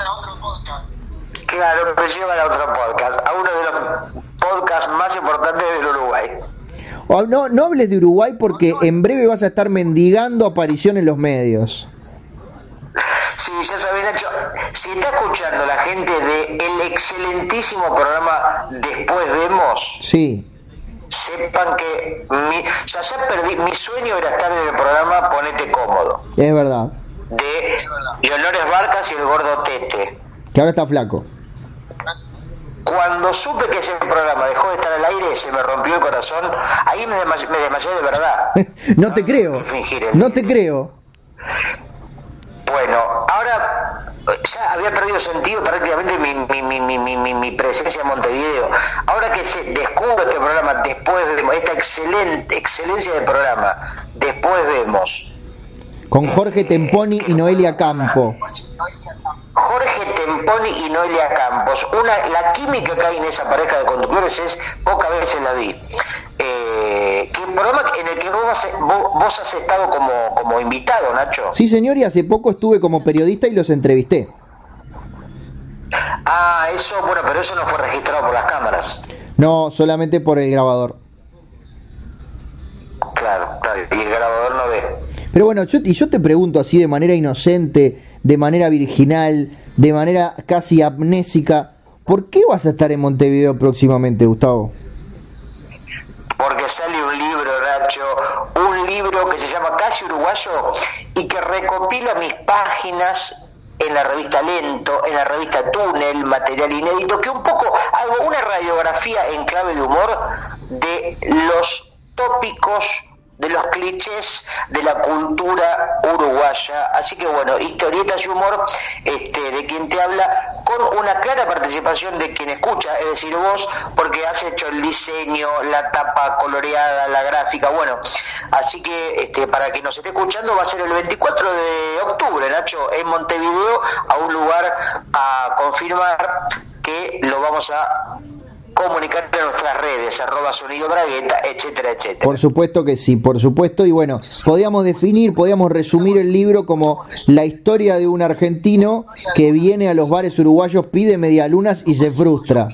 Claro, me llevan a otro podcast, a uno de los podcasts más importantes del Uruguay. Oh, no, no hables de Uruguay porque en breve vas a estar mendigando aparición en los medios. Sí, ya sabés, Nacho, si está escuchando la gente del excelentísimo programa Después Vemos, Sí. sepan que mi, o sea, ya perdí, mi sueño era estar en el programa Ponete Cómodo, Es verdad. de Dolores Barcas y el Gordo Tete. Que ahora está flaco. Cuando supe que ese programa dejó de estar al aire, se me rompió el corazón. Ahí me desmayé, me desmayé de verdad. No te creo. No te creo. Bueno, ahora ya había perdido sentido prácticamente mi, mi, mi, mi, mi, mi, mi presencia en Montevideo. Ahora que se descubre este programa, después vemos, esta excelente excelencia de programa, Después Vemos. Con Jorge Temponi y Noelia Campo. Jorge Temponi y Noelia Campos. Una, la química que hay en esa pareja de conductores es pocas veces la vi. Eh, que programa en el que vos, has, vos, vos has estado como, como invitado, Nacho. Sí, señor, y hace poco estuve como periodista y los entrevisté. Ah, eso, bueno, pero eso no fue registrado por las cámaras. No, solamente por el grabador. Claro, claro, y el grabador no ve. Pero bueno, yo, y yo te pregunto así de manera inocente, de manera virginal, de manera casi amnésica, ¿por qué vas a estar en Montevideo próximamente, Gustavo? Porque sale un libro, Nacho, un libro que se llama Casi Uruguayo y que recopila mis páginas en la revista Lento, en la revista Túnel, material inédito, que un poco hago una radiografía en clave de humor de los tópicos, de los clichés de la cultura uruguaya. Así que bueno, historietas y humor este, de quien te habla, con una clara participación de quien escucha, es decir, vos, porque has hecho el diseño, la tapa coloreada, la gráfica, bueno, así que este, para quien nos esté escuchando va a ser el veinticuatro de octubre, Nacho, en Montevideo, a un lugar a confirmar, que lo vamos a comunicar en nuestras redes, arroba Sonido Bragueta, etcétera, etcétera. Por supuesto que sí, por supuesto, y bueno, podíamos definir, podíamos resumir el libro como la historia de un argentino que viene a los bares uruguayos, pide medialunas y se frustra.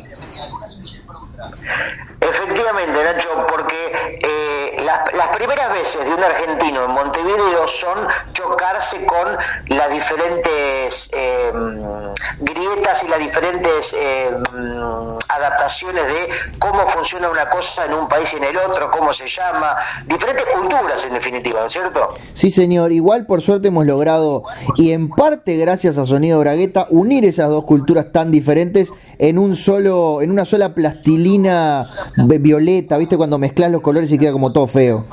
Efectivamente, Nacho, porque eh, las, las primeras veces de un argentino en Montevideo son chocarse con las diferentes eh, grietas y las diferentes eh, adaptaciones de cómo funciona una cosa en un país y en el otro, cómo se llama, diferentes culturas en definitiva, ¿no es cierto? Sí, señor, igual por suerte hemos logrado, y en parte gracias a Sonido Bragueta, unir esas dos culturas tan diferentes en un solo, en una sola plastilina violeta, ¿viste? Cuando mezclas los colores y queda como todo feo.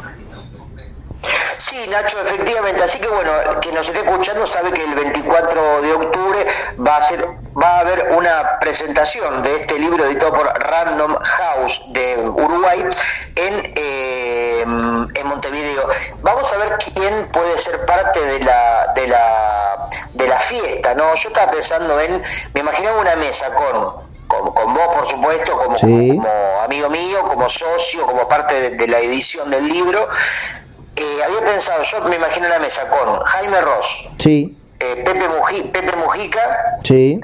Sí, Nacho, efectivamente. Así que bueno, quien nos esté escuchando sabe que el veinticuatro de octubre va a ser, va a haber una presentación de este libro editado por Random House de Uruguay en, eh, en Montevideo. Vamos a ver quién puede ser parte de la, de la, de la fiesta, ¿no? Yo estaba pensando en, me imaginaba una mesa con Con, con vos, por supuesto, como, sí, como amigo mío, como socio, como parte de, de la edición del libro. Eh, había pensado, yo me imagino una mesa con Jaime Ross, sí, eh, Pepe, Muji, Pepe Mujica, sí,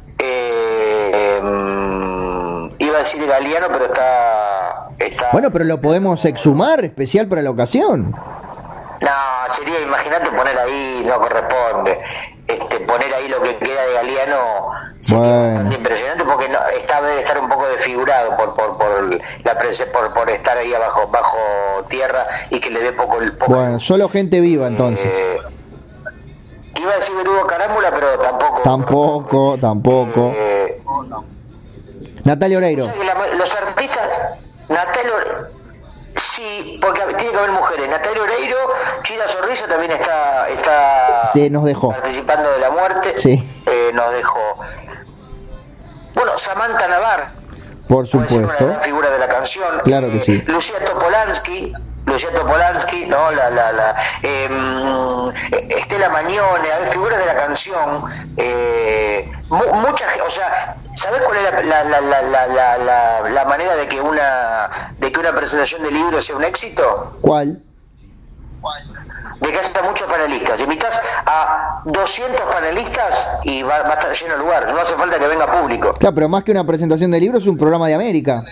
eh, eh, iba a decir Galeano, pero está, está... Bueno, pero lo podemos exhumar, especial para la ocasión. No, sería, imagínate poner ahí, no corresponde. Este, poner ahí lo que queda de Galeano sería bueno, bastante impresionante, porque no, está, debe estar un poco desfigurado por por por la por, por estar ahí abajo bajo tierra y que le dé poco el poco. Bueno, solo gente viva entonces. Eh, iba a decir Berugo Carámbula, pero tampoco. Tampoco, tampoco. Eh, Natalia Oreiro. O sea que la, los artistas, Natalia sí, porque tiene que haber mujeres. Natalia Oreiro, China Zorrilla también está está sí, nos dejó participando de la muerte. Sí. Eh, nos dejó. Bueno, Samantha Navar, por supuesto, puede ser una gran figura de la canción. Claro eh, que sí. Lucía Topolansky, Lucía Topolansky, no, la la la eh, Estela Mañone, a ver, figuras de la canción. Eh, mu- mucha, o sea, ¿sabés cuál es la, la, la, la, la, la, la manera de que una de que una presentación de libro sea un éxito? ¿Cuál? De que haya muchos panelistas. Invitas a doscientos panelistas y va, va a estar lleno el lugar. No hace falta que venga público. Claro, pero más que una presentación de libros es un programa de América.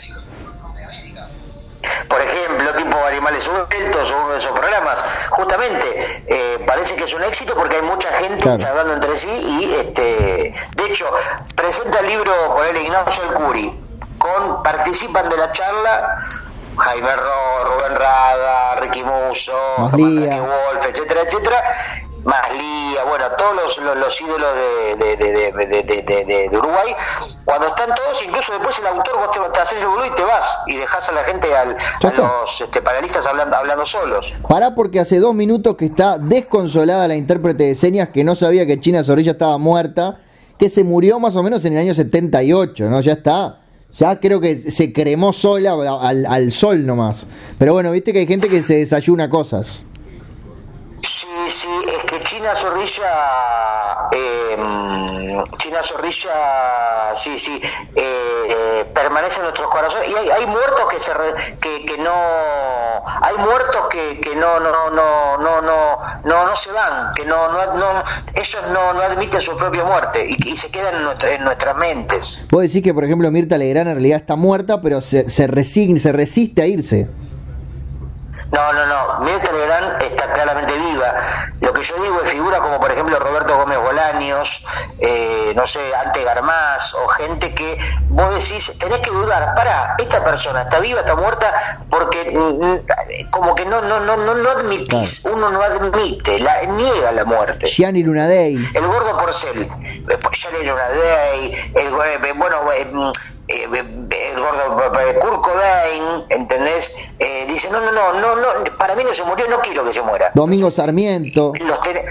Por ejemplo, tipo Animales Sueltos o uno de esos programas. Justamente, eh, parece que es un éxito porque hay mucha gente, claro, charlando entre sí y, este, de hecho, presenta el libro por el Ignacio El Curi. Con, participan de la charla Jaime Ro, Rubén Rada, Ricky Musso, Ricky Wolf, etcétera, etcétera, más Lía, bueno, todos los, los, los ídolos de, de, de, de, de, de, de, de Uruguay. Cuando están todos, incluso después el autor, vos te, te haces el boludo y te vas y dejás a la gente, al, a los este, panelistas hablando, hablando solos. Pará, porque hace dos minutos que está desconsolada la intérprete de señas, que no sabía que China Zorrilla estaba muerta, que se murió más o menos en el año setenta y ocho, ¿no? Ya está. Ya creo que se cremó sola al, al sol nomás. Pero bueno, viste que hay gente que se desayuna cosas. Sí, sí, es que China Zorrilla, eh, China Zorrilla, sí, sí, eh, eh, permanece en nuestros corazones. Y hay, hay muertos que se re, que, que no, hay muertos que, que no, no, no, no, no, no, no se van, que no, no, no ellos no, no admiten su propia muerte y, y se quedan en, nuestra, en nuestras mentes. Puedo decir que, por ejemplo, Mirta Legrand en realidad está muerta, pero se, se resigna, se resiste a irse. No, no, no. Mirta Legrand está claramente viva. Lo que yo digo es figuras como, por ejemplo, Roberto Gómez Bolaños, eh, no sé, Ante Garmaz, o gente que vos decís, tenés que dudar, pará, esta persona está viva, está muerta, porque mm, como que no no no no, no admitís, claro. Uno no admite, la, niega la muerte. Gianni Lunadei. El gordo Porcel, Gianni Lunadei, el, bueno, eh, Eh, el gordo Kurt Cobain, ¿entendés? Eh, dice, no, no, no, no, no, para mí no se murió, no quiero que se muera. Domingo Sarmiento. Los ten...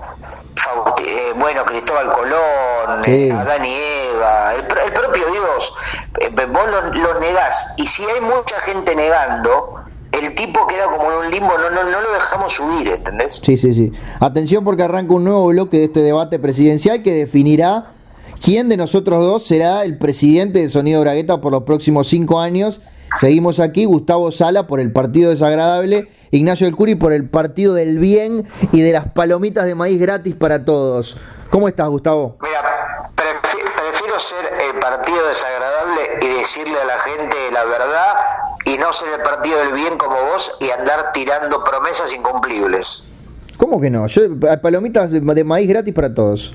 eh, bueno, Cristóbal Colón, sí. eh, Adán y Eva, el, el propio Dios, eh, vos lo, lo negás, y si hay mucha gente negando, el tipo queda como en un limbo, no, no, no lo dejamos subir, ¿entendés? Sí, sí, sí. Atención porque arranca un nuevo bloque de este debate presidencial que definirá ¿quién de nosotros dos será el presidente de Sonido Bragueta por los próximos cinco años? Seguimos aquí, Gustavo Sala por el Partido Desagradable, Ignacio del Curi por el Partido del Bien y de las palomitas de maíz gratis para todos. ¿Cómo estás, Gustavo? Mira, prefiero, prefiero ser el Partido Desagradable y decirle a la gente la verdad y no ser el Partido del Bien como vos y andar tirando promesas incumplibles. ¿Cómo que no? Yo, palomitas de, de maíz gratis para todos.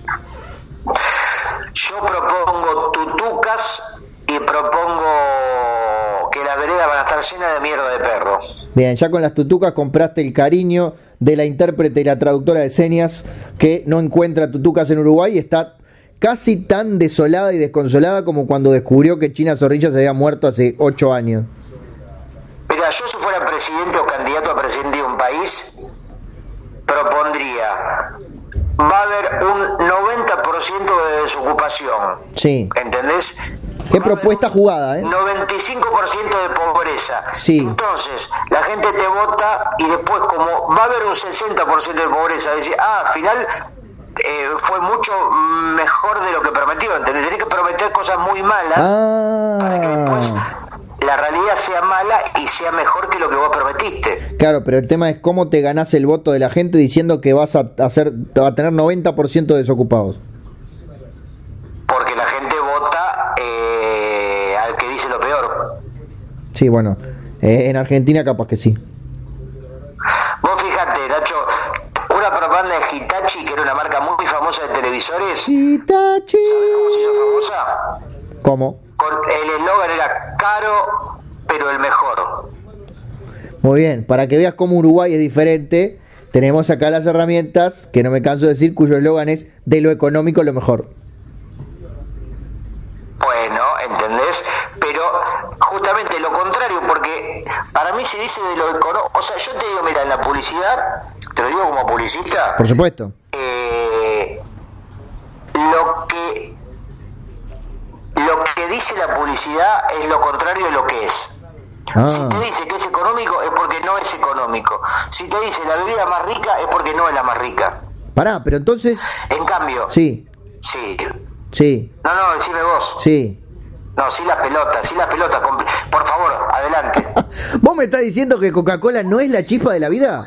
Yo propongo tutucas y propongo que la vereda van a estar llena de mierda de perro. Bien, ya con las tutucas compraste el cariño de la intérprete y la traductora de señas que no encuentra tutucas en Uruguay y está casi tan desolada y desconsolada como cuando descubrió que China Zorrilla se había muerto hace ocho años. Mira, yo si fuera presidente o candidato a presidente de un país, propondría... va a haber un noventa por ciento de desocupación. Sí. ¿Entendés? Qué propuesta jugada, ¿eh? noventa y cinco por ciento de pobreza. Sí. Entonces, la gente te vota y después, como va a haber un sesenta por ciento de pobreza, decir, ah, al final eh, fue mucho mejor de lo que prometió. ¿Entendés? Tenés que prometer cosas muy malas ah. para que después la realidad sea mala y sea mejor que lo que vos prometiste. Claro, pero el tema es cómo te ganás el voto de la gente diciendo que vas a hacer, a tener noventa por ciento de desocupados. Porque la gente vota eh, al que dice lo peor. Sí, bueno, eh, en Argentina capaz que sí. Vos fíjate, Nacho, una propaganda de Hitachi, que era una marca muy famosa de televisores. Hitachi. ¿Sabés cómo se hizo famosa? ¿Cómo? Con el eslogan era caro, pero el mejor. Muy bien, para que veas cómo Uruguay es diferente, tenemos acá las herramientas, que no me canso de decir, cuyo eslogan es de lo económico lo mejor. Bueno, ¿entendés? Pero justamente lo contrario, porque para mí se dice de lo económico, o sea, yo te digo, mira, en la publicidad, te lo digo como publicista. Por supuesto. Eh, lo que... Lo que dice la publicidad es lo contrario de lo que es. Ah. Si te dice que es económico es porque no es económico. Si te dice la bebida más rica es porque no es la más rica. Pará, pero entonces... En cambio... Sí. Sí. Sí. No, no, decime vos. Sí. No, sí las pelotas, sí las pelotas. Por favor, adelante. ¿Vos me estás diciendo que Coca-Cola no es la chispa de la vida?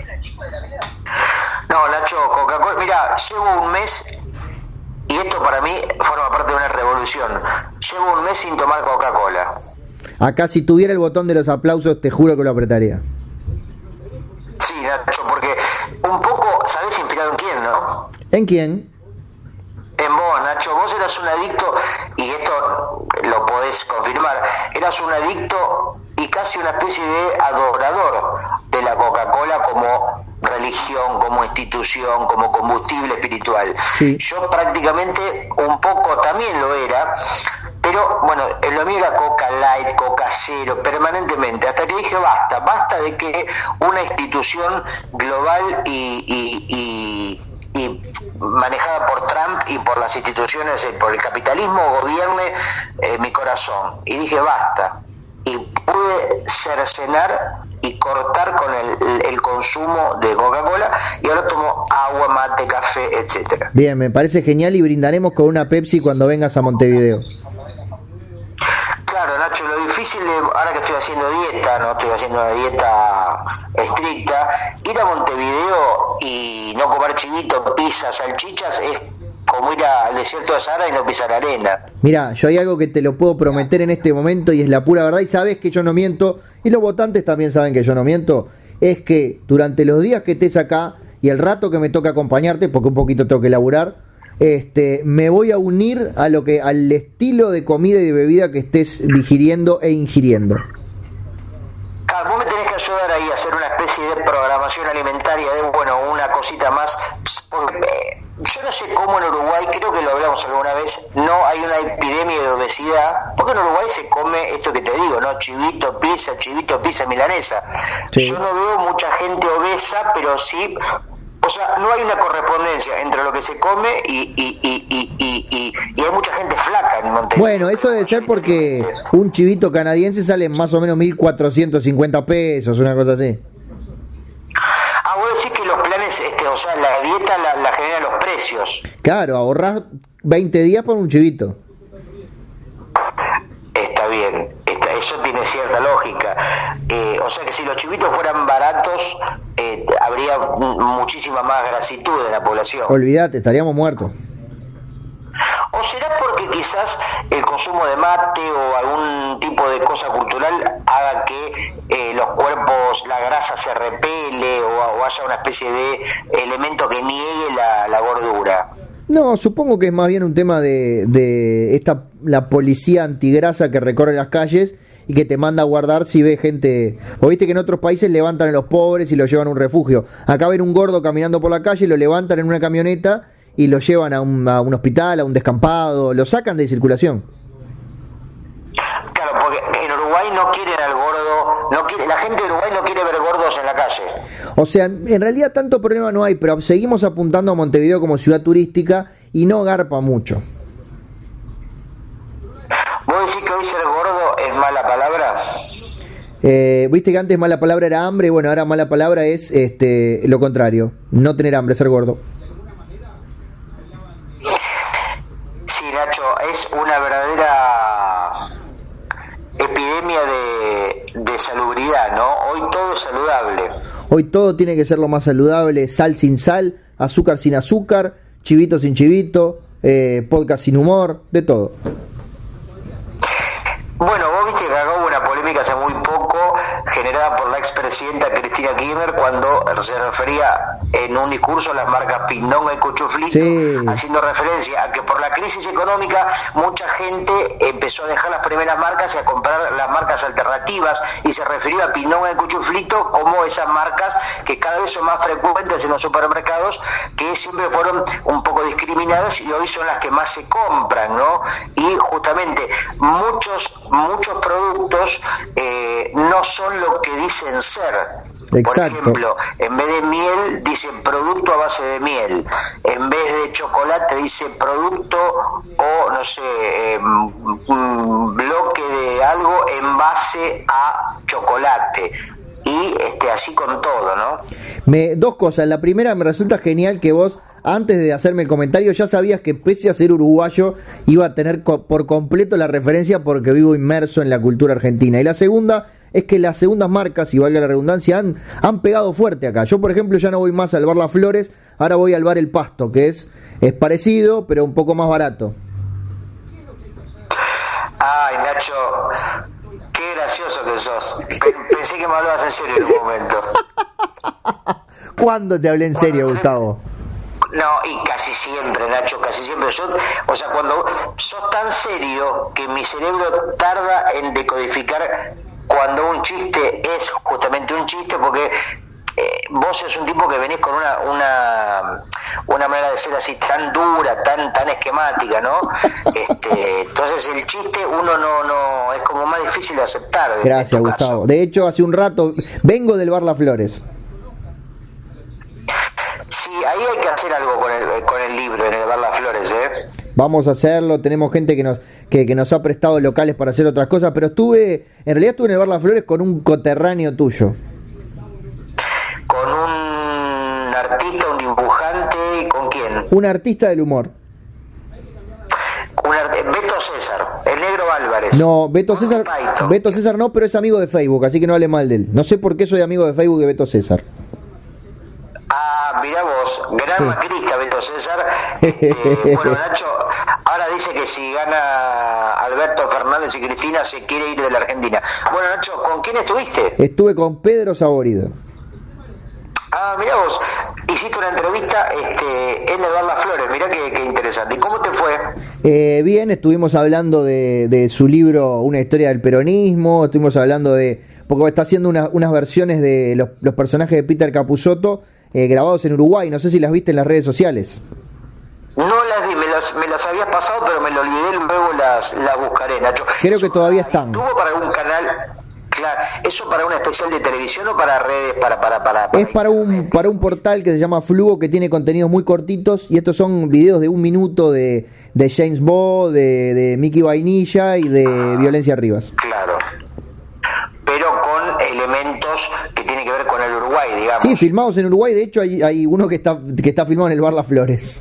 No, Nacho, Coca-Cola... Mira, llevo un mes... Y esto para mí forma parte de una revolución. Llevo un mes sin tomar Coca-Cola. Acá si tuviera el botón de los aplausos, te juro que lo apretaría. Sí, Nacho, porque un poco, ¿sabés inspirado en quién, no? ¿En quién? En vos, Nacho. Vos eras un adicto, y esto lo podés confirmar, eras un adicto y casi una especie de adorador de la Coca-Cola como religión, como institución, como combustible espiritual. Sí. Yo prácticamente un poco también lo era, pero bueno, en lo mío era Coca Light, Coca Cero, permanentemente, hasta que dije basta, basta de que una institución global y, y, y, y manejada por Trump y por las instituciones, por el capitalismo, gobierne eh, mi corazón. Y dije basta. Y pude cercenar y cortar con el, el consumo de Coca-Cola y ahora tomo agua, mate, café, etcétera. Bien, me parece genial y brindaremos con una Pepsi cuando vengas a Montevideo. Claro, Nacho, lo difícil de, ahora que estoy haciendo dieta, no estoy haciendo una dieta estricta, ir a Montevideo y no comer chivito, pizza, salchichas es como ir al desierto de Sahara y no pisar arena. Mira, yo hay algo que te lo puedo prometer en este momento y es la pura verdad, y sabes que yo no miento, y los votantes también saben que yo no miento, es que durante los días que estés acá y el rato que me toca acompañarte, porque un poquito tengo que laburar, este, me voy a unir a lo que al estilo de comida y de bebida que estés digiriendo e ingiriendo. Claro, vos me tenés que ayudar ahí a hacer una especie de programación alimentaria, de, bueno, una cosita más. Porque, eh, yo no sé cómo en Uruguay, creo que lo hablamos alguna vez, no hay una epidemia de obesidad, porque en Uruguay se come esto que te digo, ¿no? Chivito, pizza, chivito, pizza, milanesa. Sí. Yo no veo mucha gente obesa, pero sí... O sea, no hay una correspondencia entre lo que se come y, y, y, y, y, y, y hay mucha gente flaca en Montevideo. Bueno, eso debe ser porque un chivito canadiense sale más o menos mil cuatrocientos cincuenta pesos, una cosa así. Ah, vos decís que los planes, este, o sea, la dieta la, la generan los precios. Claro, ahorrás veinte días por un chivito. Está bien, está, eso tiene cierta lógica. Eh, o sea que si los chivitos fueran baratos, eh, habría m- muchísima más grasitud en la población. Olvídate, estaríamos muertos. ¿O será porque quizás el consumo de mate o algún tipo de cosa cultural haga que eh, los cuerpos, la grasa se repele o, o haya una especie de elemento que niegue la, la gordura? No, supongo que es más bien un tema de, de esta la policía antigrasa que recorre las calles y que te manda a guardar si ve gente. O viste que en otros países levantan a los pobres y los llevan a un refugio. Acá ven un gordo caminando por la calle, lo levantan en una camioneta y lo llevan a un, a un hospital, a un descampado, lo sacan de circulación. Claro, porque en Uruguay no quieren al gordo, no quiere, la gente de Uruguay no quiere ver gordos en la calle. O sea, en realidad tanto problema no hay, pero seguimos apuntando a Montevideo como ciudad turística y no garpa mucho. ¿Vos decís que hoy ser gordo es mala palabra? Eh, Viste que antes mala palabra era hambre, bueno, ahora mala palabra es este lo contrario, no tener hambre, ser gordo. Sí, Nacho, es una verdadera epidemia de, de salubridad, ¿no? Hoy todo es saludable. Hoy todo tiene que ser lo más saludable, sal sin sal, azúcar sin azúcar, chivito sin chivito, eh, podcast sin humor, de todo. Bueno, vos viste que acá hubo una polémica hace muy poco generada por la expresidenta Cristina Kirchner cuando se refería en un discurso a las marcas Pindonga y Cuchuflito, sí, haciendo referencia a que por la crisis económica mucha gente empezó a dejar las primeras marcas y a comprar las marcas alternativas, y se refirió a Pindonga y Cuchuflito como esas marcas que cada vez son más frecuentes en los supermercados, que siempre fueron un poco discriminadas y hoy son las que más se compran, ¿no? Y justamente muchos muchos productos eh, no son lo que dicen ser. Exacto. Por ejemplo, en vez de miel dicen producto a base de miel, en vez de chocolate dice producto o no sé, eh, un bloque de algo en base a chocolate. Y este así con todo, ¿no? Me, dos cosas. La primera, me resulta genial que vos, antes de hacerme el comentario, ya sabías que pese a ser uruguayo iba a tener co- por completo la referencia porque vivo inmerso en la cultura argentina. Y la segunda es que las segundas marcas, y valga la redundancia, han, han pegado fuerte acá. Yo, por ejemplo, ya no voy más al bar Las Flores, ahora voy al bar El Pasto, que es, es parecido, pero un poco más barato. Ay, Nacho, qué gracioso que sos. Pensé que me hablabas en serio en un momento. ¿Cuándo te hablé en serio, Bueno, Gustavo? No, y casi siempre, Nacho, casi siempre. Yo, o sea, cuando sos tan serio que mi cerebro tarda en decodificar cuando un chiste es justamente un chiste, porque eh, vos sos un tipo que venís con una, una una manera de ser así tan dura, tan tan esquemática, ¿no? Este, entonces el chiste uno no no es como más difícil de aceptar. De, Gracias, en tu Gustavo. caso. De hecho, hace un rato vengo del bar Las Flores. Sí, ahí hay que hacer algo con el, con el libro, en el bar Las Flores, ¿eh? Vamos a hacerlo, tenemos gente que nos que, que nos ha prestado locales para hacer otras cosas, pero estuve, en realidad estuve en el bar Las Flores con un coterráneo tuyo. Con un artista, un dibujante, ¿con quién? Un artista del humor. Un art- Beto César, el negro Álvarez. No, Beto César, Paito. Beto César no, pero es amigo de Facebook, así que no hable mal de él. No sé por qué soy amigo de Facebook de Beto César. Ah, mirá vos, gran Sí. macrista Beto César. Este, bueno, Nacho, ahora dice que si gana Alberto Fernández y Cristina se quiere ir de la Argentina. Bueno, Nacho, ¿con quién estuviste? Estuve con Pedro Saborido. Ah, mirá vos, hiciste una entrevista este, en el Bar Las Flores, mirá qué, qué interesante. ¿Y cómo te fue? Eh, bien, estuvimos hablando de, de su libro Una historia del peronismo, estuvimos hablando de... porque está haciendo una, unas versiones de los, los personajes de Peter Capusotto eh, grabados en Uruguay, no sé si las viste en las redes sociales. No las vi, me las, me las habías pasado, pero me lo olvidé, luego las, las buscaré, Nacho. Creo que todavía están. ¿Tuvo para algún canal? Claro, ¿eso para una especial de televisión o para redes? Para, para, para, para Es para un, para un portal que se llama Flugo, que tiene contenidos muy cortitos, y estos son videos de un minuto de, de James Bond, de, de Mickey Vainilla y de ah, Violencia Rivas. Claro, pero con elementos que tienen que ver con el Uruguay, digamos. Sí, filmados en Uruguay, de hecho hay, hay uno que está, que está filmado en el Bar Las Flores.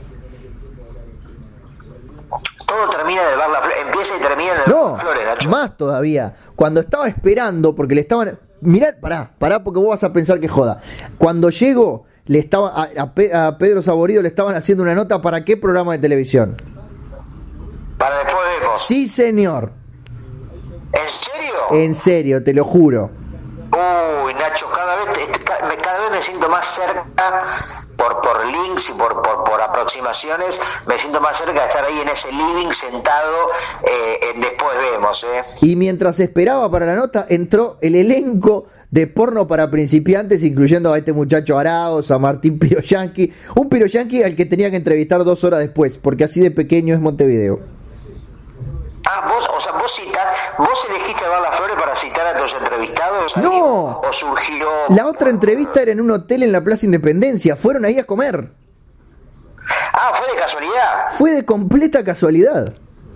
Todo termina en el Bar Las Flores, empieza y termina en el no, Bar Las Flores, Nacho. Más todavía. Cuando estaba esperando, porque le estaban... Mirá, pará, pará, porque vos vas a pensar que joda. Cuando llego, le estaba a, a, a Pedro Saborido le estaban haciendo una nota para qué programa de televisión. Para después vemos. Sí, señor. ¿En serio? En serio, te lo juro. Uy, Nacho, cada vez, cada vez me siento más cerca, por por links y por, por, por aproximaciones, me siento más cerca de estar ahí en ese living sentado, eh, en Después Vemos. Eh. Y mientras esperaba para la nota, entró el elenco de Porno para Principiantes, incluyendo a este muchacho Arauz, a Martín Piroyanqui, un Piroyanqui al que tenía que entrevistar dos horas después, porque así de pequeño es Montevideo. Ah, vos, o sea, vos citás, vos elegiste Bar Las Flores para citar a tus entrevistados. No. ¿O surgió? La otra entrevista era en un hotel en la Plaza Independencia. Fueron ahí a comer. Ah, fue de casualidad. Fue de completa casualidad.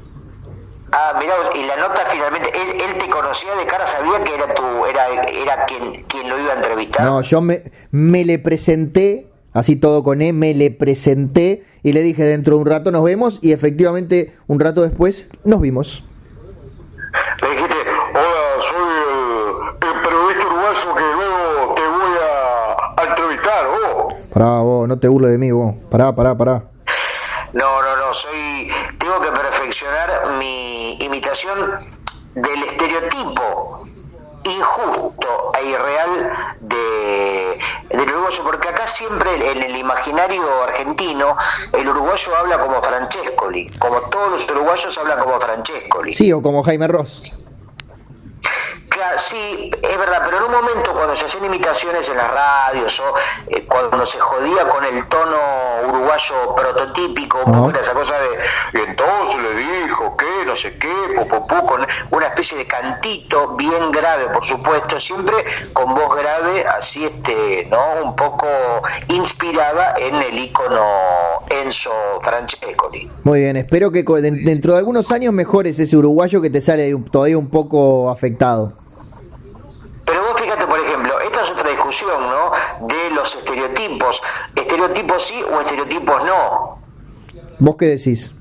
Ah, mirá, y la nota finalmente, él, él te conocía de cara, sabía que era tu, era, era quien, quien lo iba a entrevistar. No, yo me, me le presenté, así todo con E, me le presenté. Y le dije, dentro de un rato nos vemos, y efectivamente, un rato después, nos vimos. Le dijiste, hola, soy el, el periodista uruguayo que luego te voy a, a entrevistar, vos. Pará, vos, no te burles de mí, vos. Pará, pará, pará. No, no, no, soy... Tengo que perfeccionar mi imitación del estereotipo injusto e irreal de, del uruguayo, porque acá siempre en el imaginario argentino el uruguayo habla como Francescoli, como todos los uruguayos hablan como Francescoli. Sí, o como Jaime Ross. Claro, sí, es verdad, pero en un momento cuando se hacían imitaciones en las radios o eh, cuando se jodía con el tono uruguayo prototípico, uh-huh. Era esa cosa de, y entonces le dijo que no sé qué, popopú, con una especie de cantito bien grave, por supuesto, siempre con voz grave, así este, ¿no? Un poco inspirada en el ícono Enzo Francescoli. Muy bien, espero que dentro de algunos años mejores ese uruguayo que te sale todavía un poco afectado. Pero vos fíjate, por ejemplo, esta es otra discusión, ¿no? De los estereotipos. Estereotipos sí o estereotipos no. ¿Vos qué decís?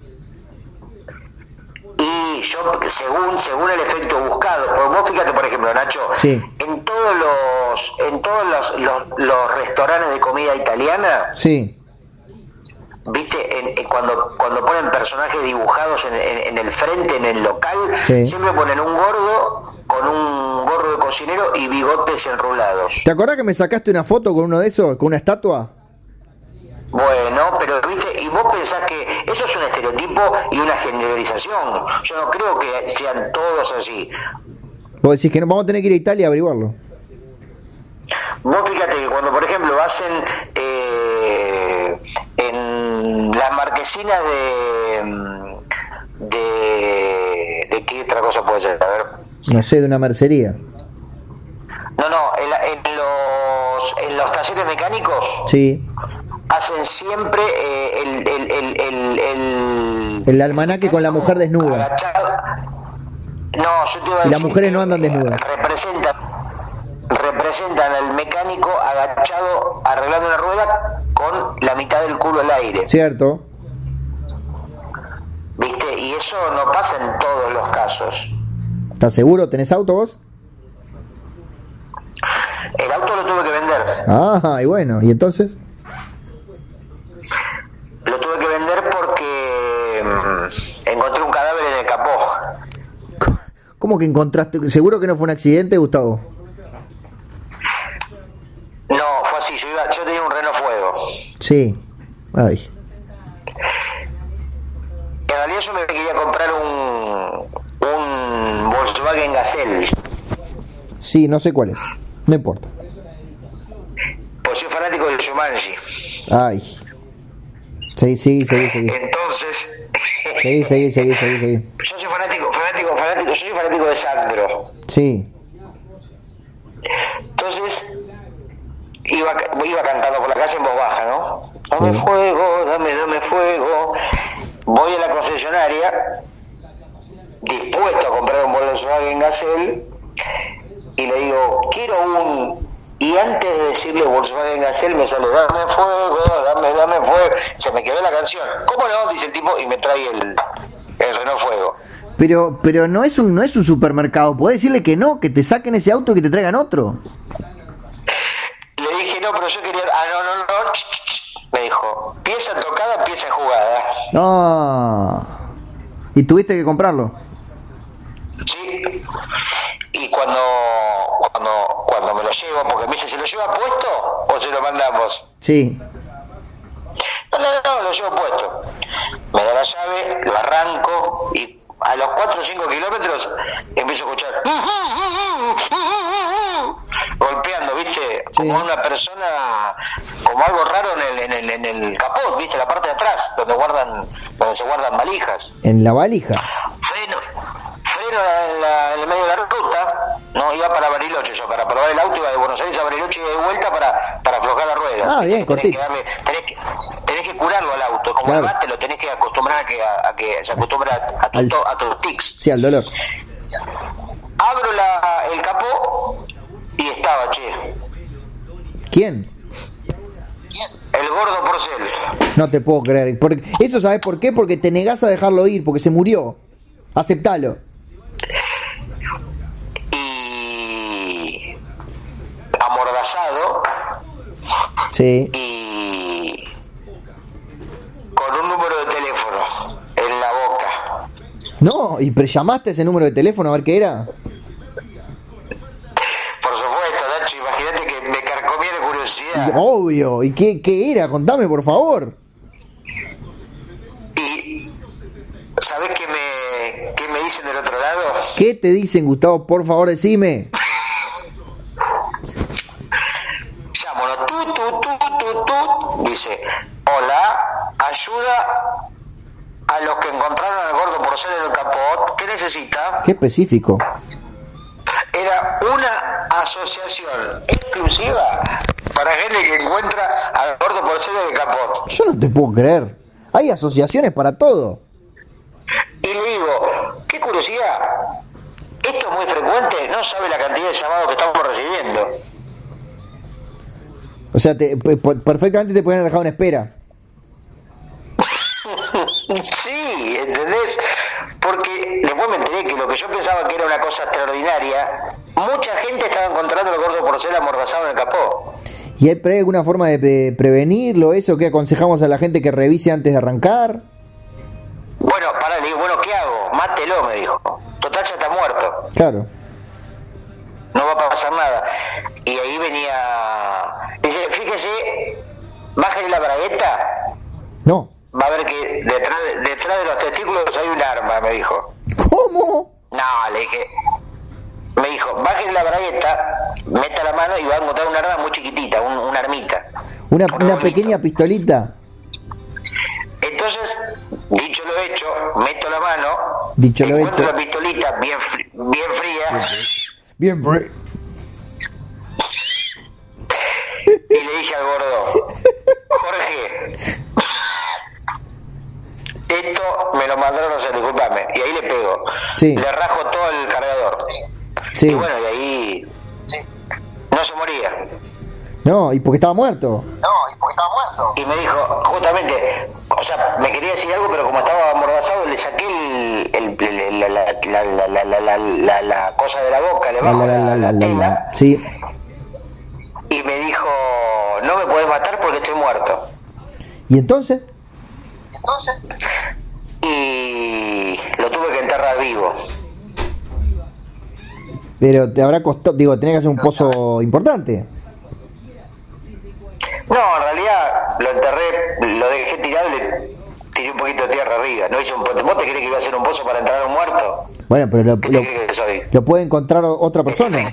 Y yo, según según el efecto buscado, vos fíjate, por ejemplo, Nacho, sí. en todos los en todos los, los, los restaurantes de comida italiana, sí. ¿Viste? En, en cuando cuando ponen personajes dibujados en, en, en el frente, en el local, sí. Siempre ponen un gordo con un gorro de cocinero y bigotes enrulados. ¿Te acordás que me sacaste una foto con uno de esos, con una estatua? Bueno, pero viste, y vos pensás que eso es un estereotipo y una generalización. Yo no creo que sean todos así. Vos decís que no, vamos a tener que ir a Italia a averiguarlo. Vos fíjate que cuando, por ejemplo, hacen eh, en las marquesinas de, de... ¿De qué otra cosa puede ser? A ver. No sé, de una mercería. No, no, en, en, los, en los talleres mecánicos. Sí. Hacen siempre eh, el, el, el, el, el... El almanaque con la mujer desnuda. Agachado. No, yo te iba a decir... Y las mujeres no andan desnudas. Representan, representan al mecánico agachado arreglando una rueda con la mitad del culo al aire. Cierto. ¿Viste? Y eso no pasa en todos los casos. ¿Estás seguro? ¿Tenés auto vos? El auto lo tuve que vender. Ah, y bueno, ¿y entonces? Lo tuve que vender porque mmm, encontré un cadáver en el capó. ¿Cómo que encontraste? ¿Seguro que no fue un accidente, Gustavo? No, fue así. Yo iba, yo Sí. Ay. En realidad yo me quería comprar un, un Volkswagen Gazelle. Sí, no sé cuál es. No importa. Pues soy fanático del Jumanji. Ay. Sí, sí, sí, sí. Entonces... Sí, sí, sí, sí, sí. Yo soy fanático, fanático, fanático, yo soy fanático de Sandro. Sí. Entonces, iba, iba cantando por la calle en voz baja, ¿no? Dame Sí. fuego, dame, dame fuego. Voy a la concesionaria, dispuesto a comprar un Volkswagen Gazelle, y le digo, quiero un... Y antes de decirle Volkswagen Gazelle me sale, dame fuego, dame, dame fuego. Se me quedó la canción. ¿Cómo no? Dice el tipo y me trae el, el Renault Fuego. Pero, pero no es un, no es un supermercado. Podés decirle que no, que te saquen ese auto y que te traigan otro. Le dije, no, pero yo quería... Ah, no, no, no. ch, ch, ch. Me dijo, pieza tocada, pieza jugada. No. ¿Y tuviste que comprarlo? Sí. Y cuando, cuando, cuando me lo llevo, porque me dice, ¿se lo lleva puesto o se lo mandamos? Sí. No, no, no, lo llevo puesto. Me da la llave, lo arranco y a los cuatro o cinco kilómetros empiezo a escuchar golpeando, ¿viste? Sí. Como una persona, como algo raro en el, en el, en el capot, ¿viste? La parte de atrás, donde guardan, donde se guardan valijas. En la valija. Freno, freno en, la, en el medio de la ruta, no, iba para Bariloche yo, para probar el auto, iba de Buenos Aires a Bariloche y de vuelta para, para aflojar la rueda. Ah, bien, tenés cortito. que, darle, tenés, que, tenés que curarlo al auto, como Claro. el bate lo tenés que acostumbrar a que, a, a que se acostumbre a, a, tu, Al- to- a tus tics. Sí, al dolor. Abro la, el capó y estaba, che, ¿Quién? el gordo Porcel. No te puedo creer. Porque, ¿eso sabes por qué? Porque te negás a dejarlo ir, porque se murió. Aceptalo. Y amordazado Sí. y con un número de teléfono en la boca. No, ¿y pre- llamaste ese número de teléfono a ver qué era? Por supuesto, Nacho, imagínate que me carcomía la Y- curiosidad. obvio. ¿Y qué, qué era? Contame, por favor. Y ¿sabés qué me, qué me dicen del otro lado? ¿Qué te dicen, Gustavo? Por favor, decime. Llamo, ¿no? Tú, tú, tú, tú, tú. Dice, hola, ayuda a los que encontraron al gordo Porcel en el capot. ¿Qué necesita? Qué específico. Era una asociación exclusiva para gente que encuentra al gordo Porcel en el capot. Yo no te puedo creer. Hay asociaciones para todo. Y le digo, qué curiosidad, esto es muy frecuente, no sabe la cantidad de llamados que estamos recibiendo. O sea, te, p- p- perfectamente te pueden dejar en espera. Sí, ¿entendés? Porque después me enteré que lo que yo pensaba que era una cosa extraordinaria, mucha gente estaba encontrando el gordo Porcel amordazado en el capó. ¿Y hay pre- alguna forma de, de prevenirlo? ¿Eso que aconsejamos a la gente que revise antes de arrancar? Bueno, pará, le digo, bueno, ¿qué hago? Mátelo, me dijo. Total, ya está muerto. Claro. No va a pasar nada. Y ahí venía... Dice, fíjese, bájale la bragueta, No. va a ver que detrás de, detrás de los testículos hay un arma, me dijo. ¿Cómo? No, le dije... Me dijo, bájale la bragueta, meta la mano y va a encontrar un arma muy chiquitita, un, una armita. Una, Un una arbolito. pequeña pistolita. Entonces, dicho lo hecho, meto la mano, Dicho lo encuentro hecho. la pistolita bien, fri- bien fría Bien, fre- y le dije al gordo, Jorge, esto me lo mandaron a hacer, disculpame, y ahí le pego, Sí. le rajo todo el cargador, Sí. y bueno, y ahí no se moría. No, y porque estaba muerto. No, y porque estaba muerto. Y me dijo, justamente, o sea, me quería decir algo, pero como estaba amordazado, le saqué el, el, el- la, la, la, la, la, la, la, la, la cosa de la boca, le La, bajo la, la, la, la, la, tela, la. Sí. y me dijo, no me podés matar porque estoy muerto. ¿Y entonces? Entonces, y lo tuve que enterrar vivo. Pero te habrá costado, digo, tenés que hacer un pozo importante. No, en realidad lo enterré, lo dejé tirado y le tiré un poquito de tierra arriba. No hice un pozo. ¿Vos te crees que iba a hacer un pozo para entrar a un muerto? Bueno, pero lo, ¿Qué lo, te crees que soy? lo puede encontrar otra persona.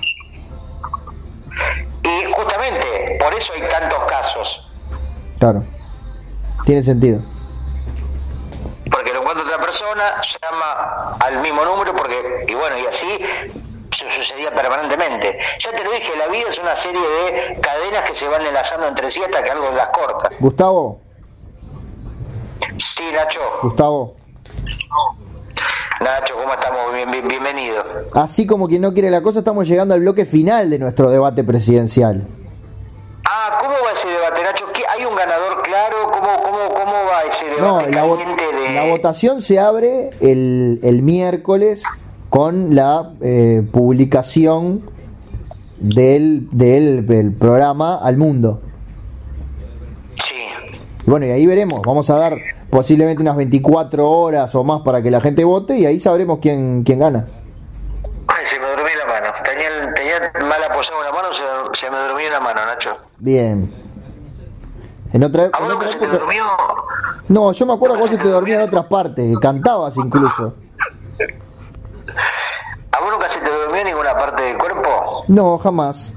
Y justamente, por eso hay tantos casos. Claro, tiene sentido. Porque lo encuentra otra persona, llama al mismo número, porque, y bueno, y así se sucedía permanentemente. Ya te lo dije, la vida es una serie de cadenas que se van enlazando entre sí hasta que algo las corta. Gustavo. Sí, Nacho. Gustavo. Nacho, ¿cómo estamos? Bien, bien, bienvenido. Así como quien no quiere la cosa, estamos llegando al bloque final de nuestro debate presidencial. Ah, ¿cómo va ese debate, Nacho? ¿Qué, ¿Hay un ganador claro? ¿Cómo, cómo, cómo va ese debate? No, la, vo de... la votación se abre el, el miércoles con la eh, publicación del, del, del programa al mundo. Sí. Y bueno, y ahí veremos. Vamos a dar posiblemente unas veinticuatro horas o más para que la gente vote y ahí sabremos quién, quién gana. Ay, se me durmió la mano. Tenía, tenía mal apoyada una mano, se, se me durmió la mano, Nacho. Bien. En otra, ¿A vos nunca se te durmió? No, yo me acuerdo que vos se te dormía en otras partes, que cantabas incluso. ¿A vos nunca se te durmió en ninguna parte del cuerpo? No, jamás.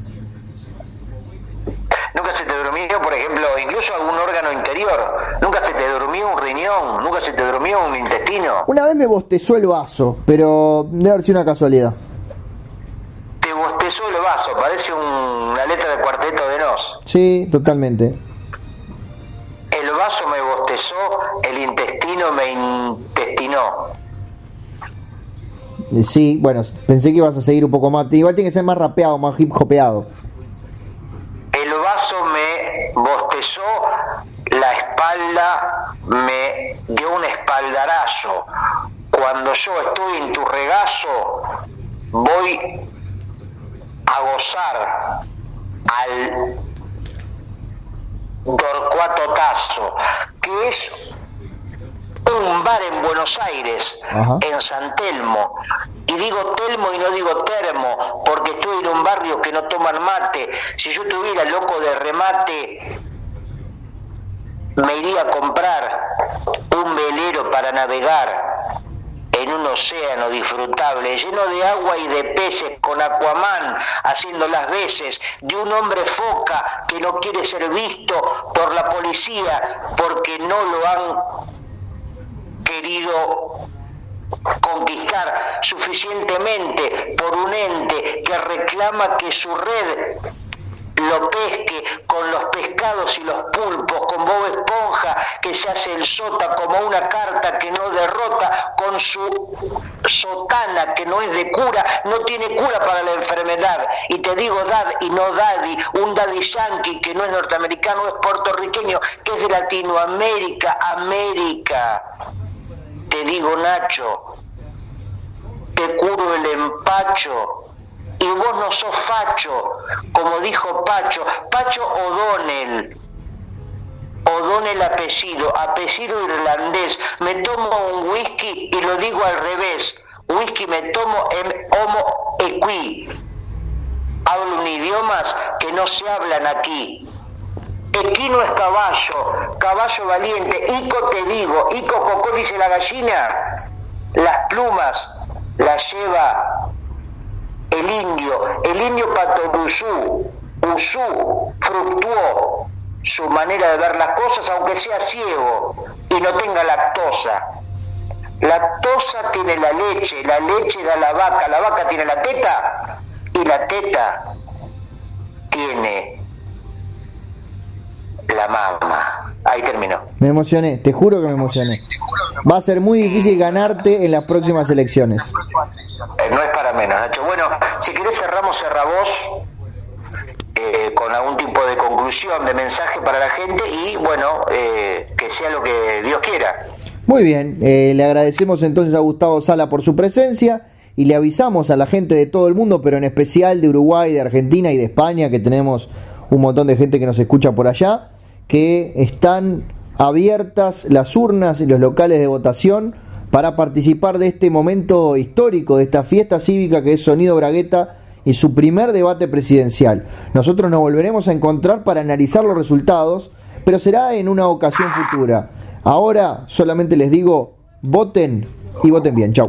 ¿Nunca se te durmió, por ejemplo, incluso algún órgano interior? ¿Nunca se te durmió un riñón? ¿Nunca se te durmió un intestino? Una vez me bostezó el vaso, pero debe haber sido una casualidad. Te bostezó el vaso, parece un, una letra de Cuarteto de Nos. Sí, totalmente. El vaso me bostezó, el intestino me intestinó. Sí, bueno, pensé que ibas a seguir un poco más. Igual tiene que ser más rapeado, más hip hopeado. El vaso me bostezó, la espalda me dio un espaldarazo. Cuando yo estoy en tu regazo, voy a gozar al Torcuato Tazo, que es un bar en Buenos Aires, Ajá. en San Telmo, y digo Telmo y no digo Termo, porque estoy en un barrio que no toman mate. Si yo tuviera loco de remate, me iría a comprar un velero para navegar en un océano disfrutable, lleno de agua y de peces, con Aquaman haciendo las veces de un hombre foca que no quiere ser visto por la policía porque no lo han querido conquistar suficientemente por un ente que reclama que su red lo pesque con los pescados y los pulpos, con Bob Esponja que se hace el sota como una carta que no derrota, con su sotana que no es de cura, no tiene cura para la enfermedad. Y te digo dad y no daddy, un daddy yankee que no es norteamericano, es puertorriqueño, que es de Latinoamérica, América. Te digo, Nacho, te curo el empacho y vos no sos facho, como dijo Pacho, Pacho O'Donnell, O'Donnell apellido, apellido irlandés. Me tomo un whisky y lo digo al revés, whisky me tomo en homo equi. Hablo en idiomas que no se hablan aquí. Equino es caballo, caballo valiente. Ico te digo, Ico cocó dice la gallina. Las plumas las lleva el indio, el indio Patoruzú, Usú, fructuó su manera de ver las cosas, aunque sea ciego y no tenga lactosa. Lactosa tiene la leche, la leche da la vaca, la vaca tiene la teta y la teta tiene la mama. Ahí terminó. Me emocioné, te juro que me emocioné. Va a ser muy difícil ganarte en las próximas elecciones. Eh, no es para menos, Nacho. Bueno, si querés cerramos, cerra vos eh, con algún tipo de conclusión, de mensaje para la gente y bueno, eh, que sea lo que Dios quiera. Muy bien, eh, le agradecemos entonces a Gustavo Sala por su presencia y le avisamos a la gente de todo el mundo, pero en especial de Uruguay, de Argentina y de España, que tenemos un montón de gente que nos escucha por allá, que están abiertas las urnas y los locales de votación para participar de este momento histórico, de esta fiesta cívica que es Sonido Bragueta y su primer debate presidencial. Nosotros nos volveremos a encontrar para analizar los resultados, pero será en una ocasión futura. Ahora solamente les digo, voten y voten bien. Chau.